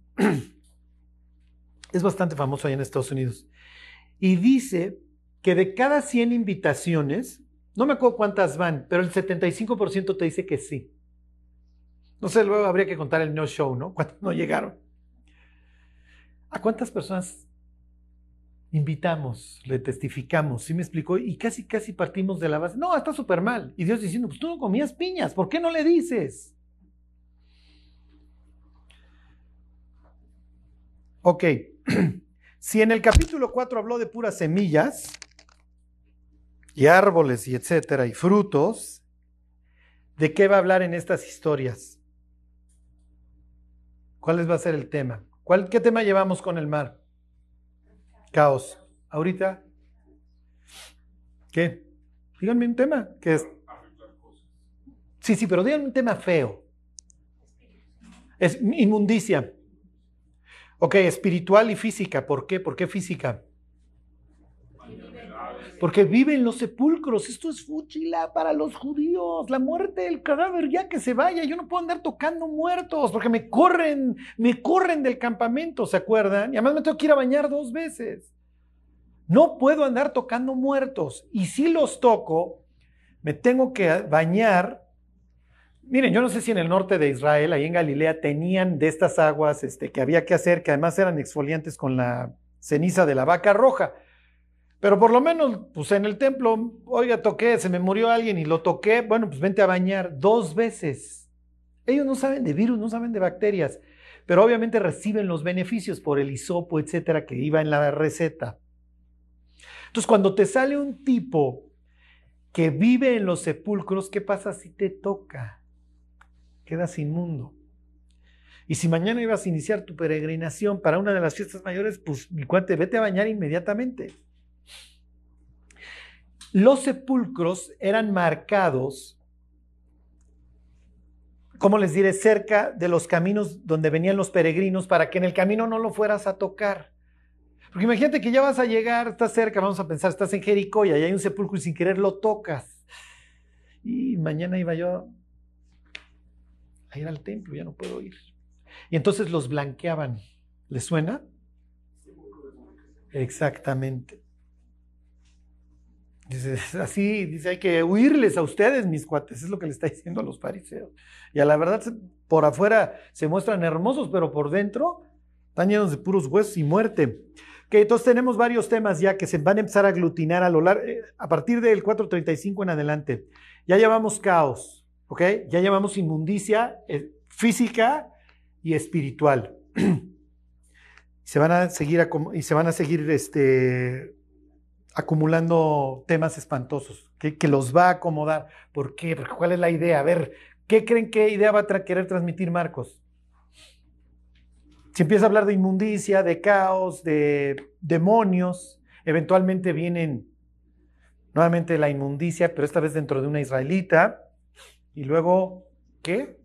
Es bastante famoso allá en Estados Unidos. Y dice que de cada cien invitaciones, no me acuerdo cuántas van, pero el setenta y cinco por ciento te dice que sí. No sé, luego habría que contar el no show, ¿no? ¿Cuántos no llegaron? ¿A cuántas personas invitamos, le testificamos? ¿Sí me explicó? Y casi, casi partimos de la base. No, está súper mal. Y Dios diciendo, pues tú no comías piñas, ¿por qué no le dices? Ok. Si en el capítulo cuatro habló de puras semillas y árboles y etcétera y frutos, ¿de qué va a hablar en estas historias? ¿Cuál va a ser el tema? ¿Cuál, ¿Qué tema llevamos con el mar? Caos. ¿Ahorita? ¿Qué? Díganme un tema. ¿Qué es? Sí, sí, pero díganme un tema feo. Es inmundicia. Ok, espiritual y física. ¿Por qué? ¿Por qué física? Porque vive en los sepulcros. Esto es fúchila para los judíos. La muerte del cadáver, ya que se vaya. Yo no puedo andar tocando muertos porque me corren, me corren del campamento, ¿se acuerdan? Y además me tengo que ir a bañar dos veces. No puedo andar tocando muertos. Y si los toco, me tengo que bañar. Miren, yo no sé si en el norte de Israel, ahí en Galilea, tenían de estas aguas este, que había que hacer, que además eran exfoliantes con la ceniza de la vaca roja. Pero por lo menos, pues en el templo, oiga, toqué, se me murió alguien y lo toqué, bueno, pues vente a bañar dos veces. Ellos no saben de virus, no saben de bacterias, pero obviamente reciben los beneficios por el hisopo, etcétera, que iba en la receta. Entonces, cuando te sale un tipo que vive en los sepulcros, ¿qué pasa si te toca? Quedas inmundo. Y si mañana ibas a iniciar tu peregrinación para una de las fiestas mayores, pues mi cuate, vete a bañar inmediatamente. Los sepulcros eran marcados, ¿cómo les diré?, cerca de los caminos donde venían los peregrinos para que en el camino no lo fueras a tocar. Porque imagínate que ya vas a llegar, estás cerca, vamos a pensar, estás en Jericó y ahí hay un sepulcro y sin querer lo tocas. Y mañana iba yo a ir al templo, ya no puedo ir. Y entonces los blanqueaban. ¿Les suena? Exactamente. Dice, así, dice, hay que huirles a ustedes, mis cuates, es lo que le está diciendo a los fariseos. Y a la verdad, por afuera se muestran hermosos, pero por dentro están llenos de puros huesos y muerte. Okay, entonces tenemos varios temas ya que se van a empezar a aglutinar a lo largo, a partir del cuatro treinta y cinco en adelante. Ya llevamos caos, ¿ok? Ya llevamos inmundicia eh, física y espiritual. Se van a seguir, acum- y se van a seguir este, acumulando temas espantosos, que, que los va a acomodar. ¿Por qué? Porque ¿cuál es la idea? A ver, ¿qué creen que idea va a tra- querer transmitir Marcos? Si empieza a hablar de inmundicia, de caos, de demonios, eventualmente vienen nuevamente la inmundicia, pero esta vez dentro de una israelita, y luego, ¿qué?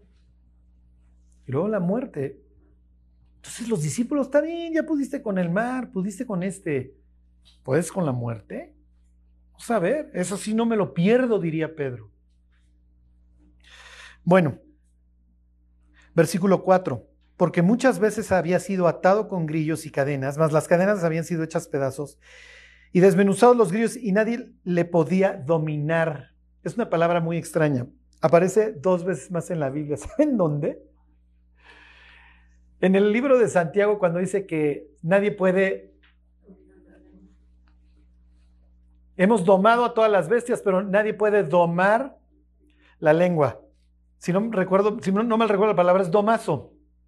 Y luego la muerte. Entonces los discípulos, está bien, ya pudiste con el mar, pudiste con este, ¿puedes con la muerte? Vamos a ver, eso sí no me lo pierdo, diría Pedro. Bueno, versículo cuatro. Porque muchas veces había sido atado con grillos y cadenas, mas las cadenas habían sido hechas pedazos y desmenuzados los grillos y nadie le podía dominar. Es una palabra muy extraña. Aparece dos veces más en la Biblia. ¿Saben dónde? En el libro de Santiago, cuando dice que nadie puede... Hemos domado a todas las bestias, pero nadie puede domar la lengua. Si no recuerdo, si no, no mal recuerdo la palabra, es domazo.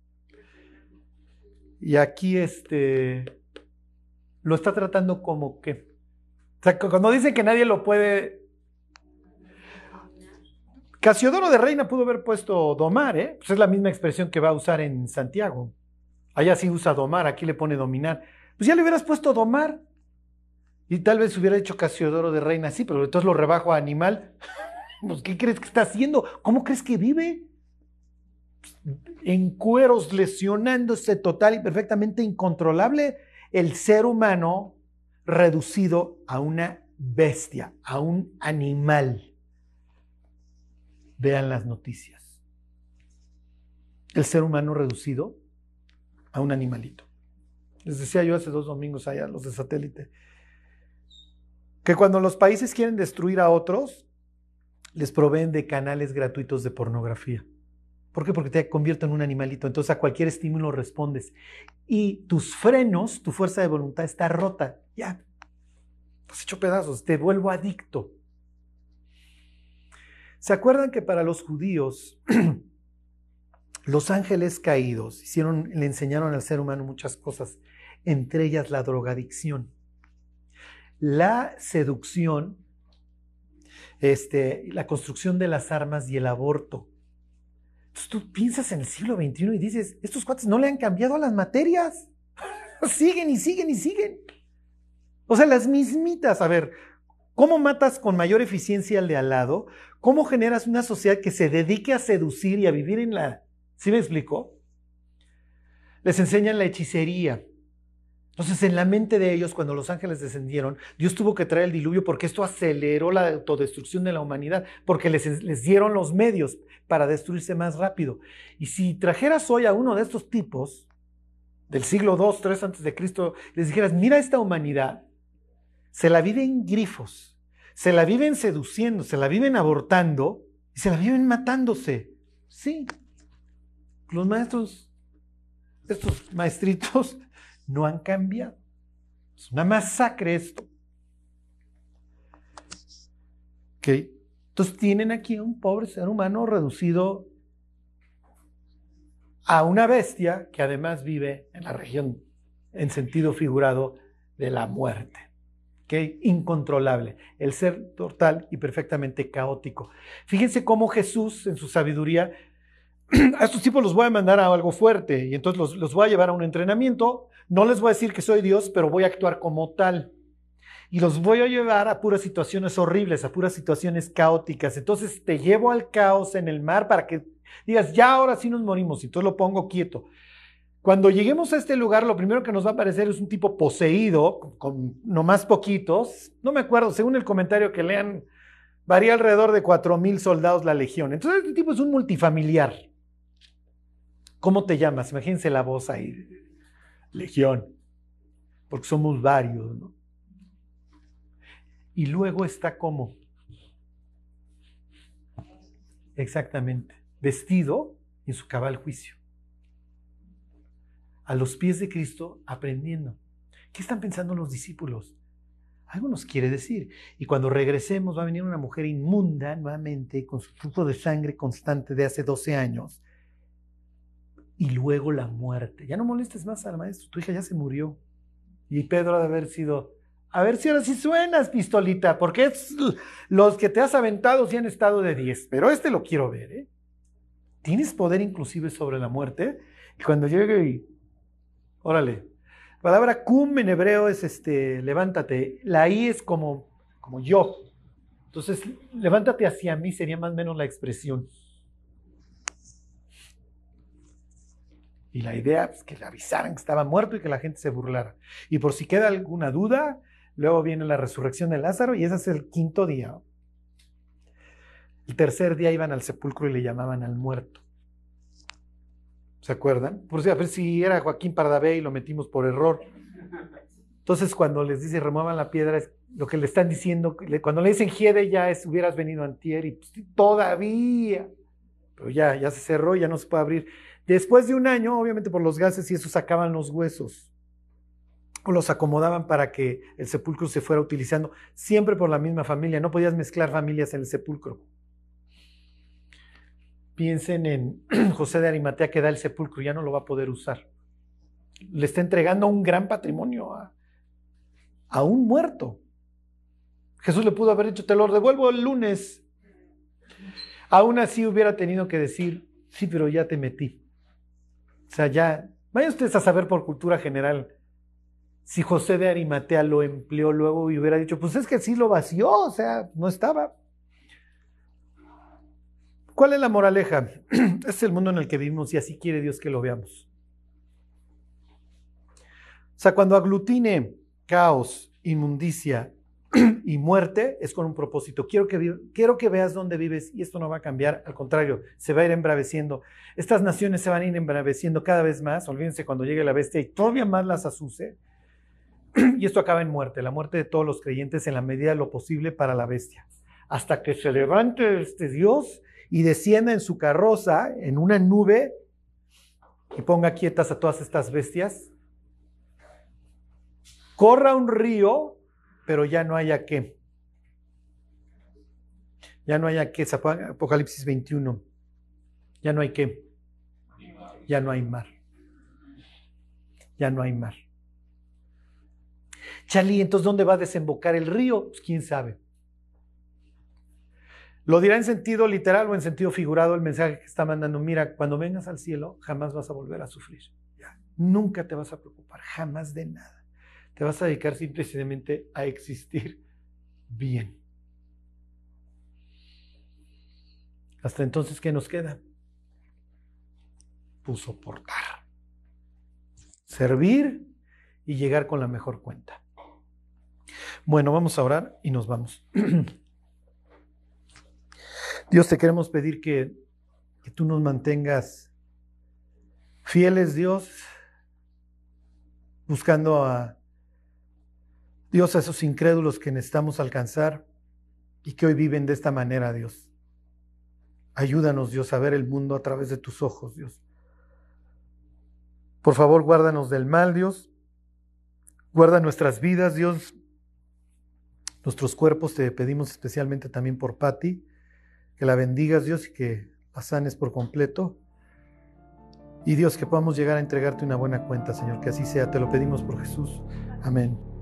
Y aquí este lo está tratando como que, o sea, cuando dice que nadie lo puede, Casiodoro de Reina pudo haber puesto domar, ¿eh? Pues es la misma expresión que va a usar en Santiago. Allá sí usa domar, aquí le pone dominar. Pues ya le hubieras puesto domar. Y tal vez hubiera dicho Casiodoro de Reina, sí, pero entonces lo rebajo a animal. Pues, ¿qué crees que está haciendo? ¿Cómo crees que vive? En cueros, lesionándose total y perfectamente incontrolable, el ser humano reducido a una bestia, a un animal. Vean las noticias. El ser humano reducido a un animalito. Les decía yo hace dos domingos allá, los de satélite, que cuando los países quieren destruir a otros, les proveen de canales gratuitos de pornografía. ¿Por qué? Porque te convierte en un animalito. Entonces a cualquier estímulo respondes. Y tus frenos, tu fuerza de voluntad está rota. Ya, has hecho pedazos, te vuelvo adicto. ¿Se acuerdan que para los judíos los ángeles caídos hicieron, le enseñaron al ser humano muchas cosas, entre ellas la drogadicción, la seducción, este, la construcción de las armas y el aborto? Entonces tú piensas en el siglo veintiuno y dices, estos cuates no le han cambiado a las materias. Siguen y siguen y siguen. O sea, las mismitas. A ver, ¿cómo matas con mayor eficiencia al de al lado? ¿Cómo generas una sociedad que se dedique a seducir y a vivir en la... ¿Sí me explico? Les enseñan la hechicería. Entonces, en la mente de ellos, cuando los ángeles descendieron, Dios tuvo que traer el diluvio porque esto aceleró la autodestrucción de la humanidad, porque les, les dieron los medios para destruirse más rápido. Y si trajeras hoy a uno de estos tipos, del siglo dos, tres antes de Cristo, les dijeras, mira esta humanidad, se la viven grifos, se la viven seduciendo, se la viven abortando y se la viven matándose. Sí, los maestros, estos maestritos, no han cambiado. Es una masacre esto. ¿Ok? Entonces tienen aquí un pobre ser humano reducido a una bestia que además vive en la región, en sentido figurado, de la muerte. ¿Ok? Incontrolable. El ser total y perfectamente caótico. Fíjense cómo Jesús, en su sabiduría, a estos tipos los voy a mandar a algo fuerte y entonces los, los voy a llevar a un entrenamiento. No les voy a decir que soy Dios, pero voy a actuar como tal. Y los voy a llevar a puras situaciones horribles, a puras situaciones caóticas. Entonces te llevo al caos en el mar para que digas, ya ahora sí nos morimos. Y entonces lo pongo quieto. Cuando lleguemos a este lugar, lo primero que nos va a aparecer es un tipo poseído, con, con nomás poquitos. No me acuerdo, según el comentario que lean, varía alrededor de cuatro mil soldados la legión. Entonces este tipo es un multifamiliar. ¿Cómo te llamas? Imagínense la voz ahí. Legión. Porque somos varios, ¿no? Y luego está como. Exactamente. Vestido en su cabal juicio. A los pies de Cristo aprendiendo. ¿Qué están pensando los discípulos? Algo nos quiere decir. Y cuando regresemos va a venir una mujer inmunda nuevamente con su flujo de sangre constante de hace doce años. y luego la muerte. Ya no molestes más al maestro, tu hija ya se murió. Y Pedro ha de haber sido, a ver si ahora sí suenas, pistolita, porque es, los que te has aventado sí han estado de diez, pero este lo quiero ver, ¿eh? Tienes poder inclusive sobre la muerte, y cuando llegue y, órale, la palabra cum en hebreo es este, levántate, la i es como, como yo, entonces levántate hacia mí sería más o menos la expresión. Y la idea es pues, que le avisaran que estaba muerto y que la gente se burlara. Y por si queda alguna duda, luego viene la resurrección de Lázaro y ese es el quinto día. El tercer día iban al sepulcro y le llamaban al muerto. ¿Se acuerdan? Por si, a ver si era Joaquín Pardavé y lo metimos por error. Entonces cuando les dice remuevan la piedra, es lo que le están diciendo, cuando le dicen Giede ya es hubieras venido antier y pues, todavía, pero ya, ya se cerró, ya no se puede abrir. Después de un año, obviamente por los gases y eso sacaban los huesos o los acomodaban para que el sepulcro se fuera utilizando, siempre por la misma familia, no podías mezclar familias en el sepulcro. Piensen en José de Arimatea que da el sepulcro, ya no lo va a poder usar. Le está entregando un gran patrimonio a, a un muerto. Jesús le pudo haber dicho, te lo devuelvo el lunes. Aún así hubiera tenido que decir, sí, pero ya te metí. O sea, ya, vayan ustedes a saber por cultura general, si José de Arimatea lo empleó luego y hubiera dicho, pues es que sí lo vació, o sea, no estaba. ¿Cuál es la moraleja? Este es el mundo en el que vivimos y así quiere Dios que lo veamos. O sea, cuando aglutine caos, inmundicia y muerte, es con un propósito. Quiero que, quiero que veas dónde vives y esto no va a cambiar, al contrario, se va a ir embraveciendo. Estas naciones se van a ir embraveciendo cada vez más, olvídense cuando llegue la bestia y todavía más las asuce. Y esto acaba en muerte, la muerte de todos los creyentes en la medida de lo posible para la bestia. Hasta que se levante este Dios y descienda en su carroza, en una nube, y ponga quietas a todas estas bestias. Corra un río, pero ya no haya qué. Ya no haya qué, Apocalipsis veintiuno. Ya no hay qué. Ya no hay mar. Ya no hay mar. Charlie, entonces, ¿dónde va a desembocar el río? Pues quién sabe. Lo dirá en sentido literal o en sentido figurado el mensaje que está mandando. Mira, cuando vengas al cielo, jamás vas a volver a sufrir. Ya. Nunca te vas a preocupar, jamás de nada. Te vas a dedicar simplemente a existir bien. Hasta entonces, ¿qué nos queda? Pues soportar. Servir y llegar con la mejor cuenta. Bueno, vamos a orar y nos vamos. Dios, te queremos pedir que, que tú nos mantengas fieles, Dios, buscando a Dios, a esos incrédulos que necesitamos alcanzar y que hoy viven de esta manera, Dios. Ayúdanos, Dios, a ver el mundo a través de tus ojos, Dios. Por favor, guárdanos del mal, Dios. Guarda nuestras vidas, Dios. Nuestros cuerpos te pedimos especialmente también por Patti. Que la bendigas, Dios, y que la sanes por completo. Y Dios, que podamos llegar a entregarte una buena cuenta, Señor. Que así sea. Te lo pedimos por Jesús. Amén.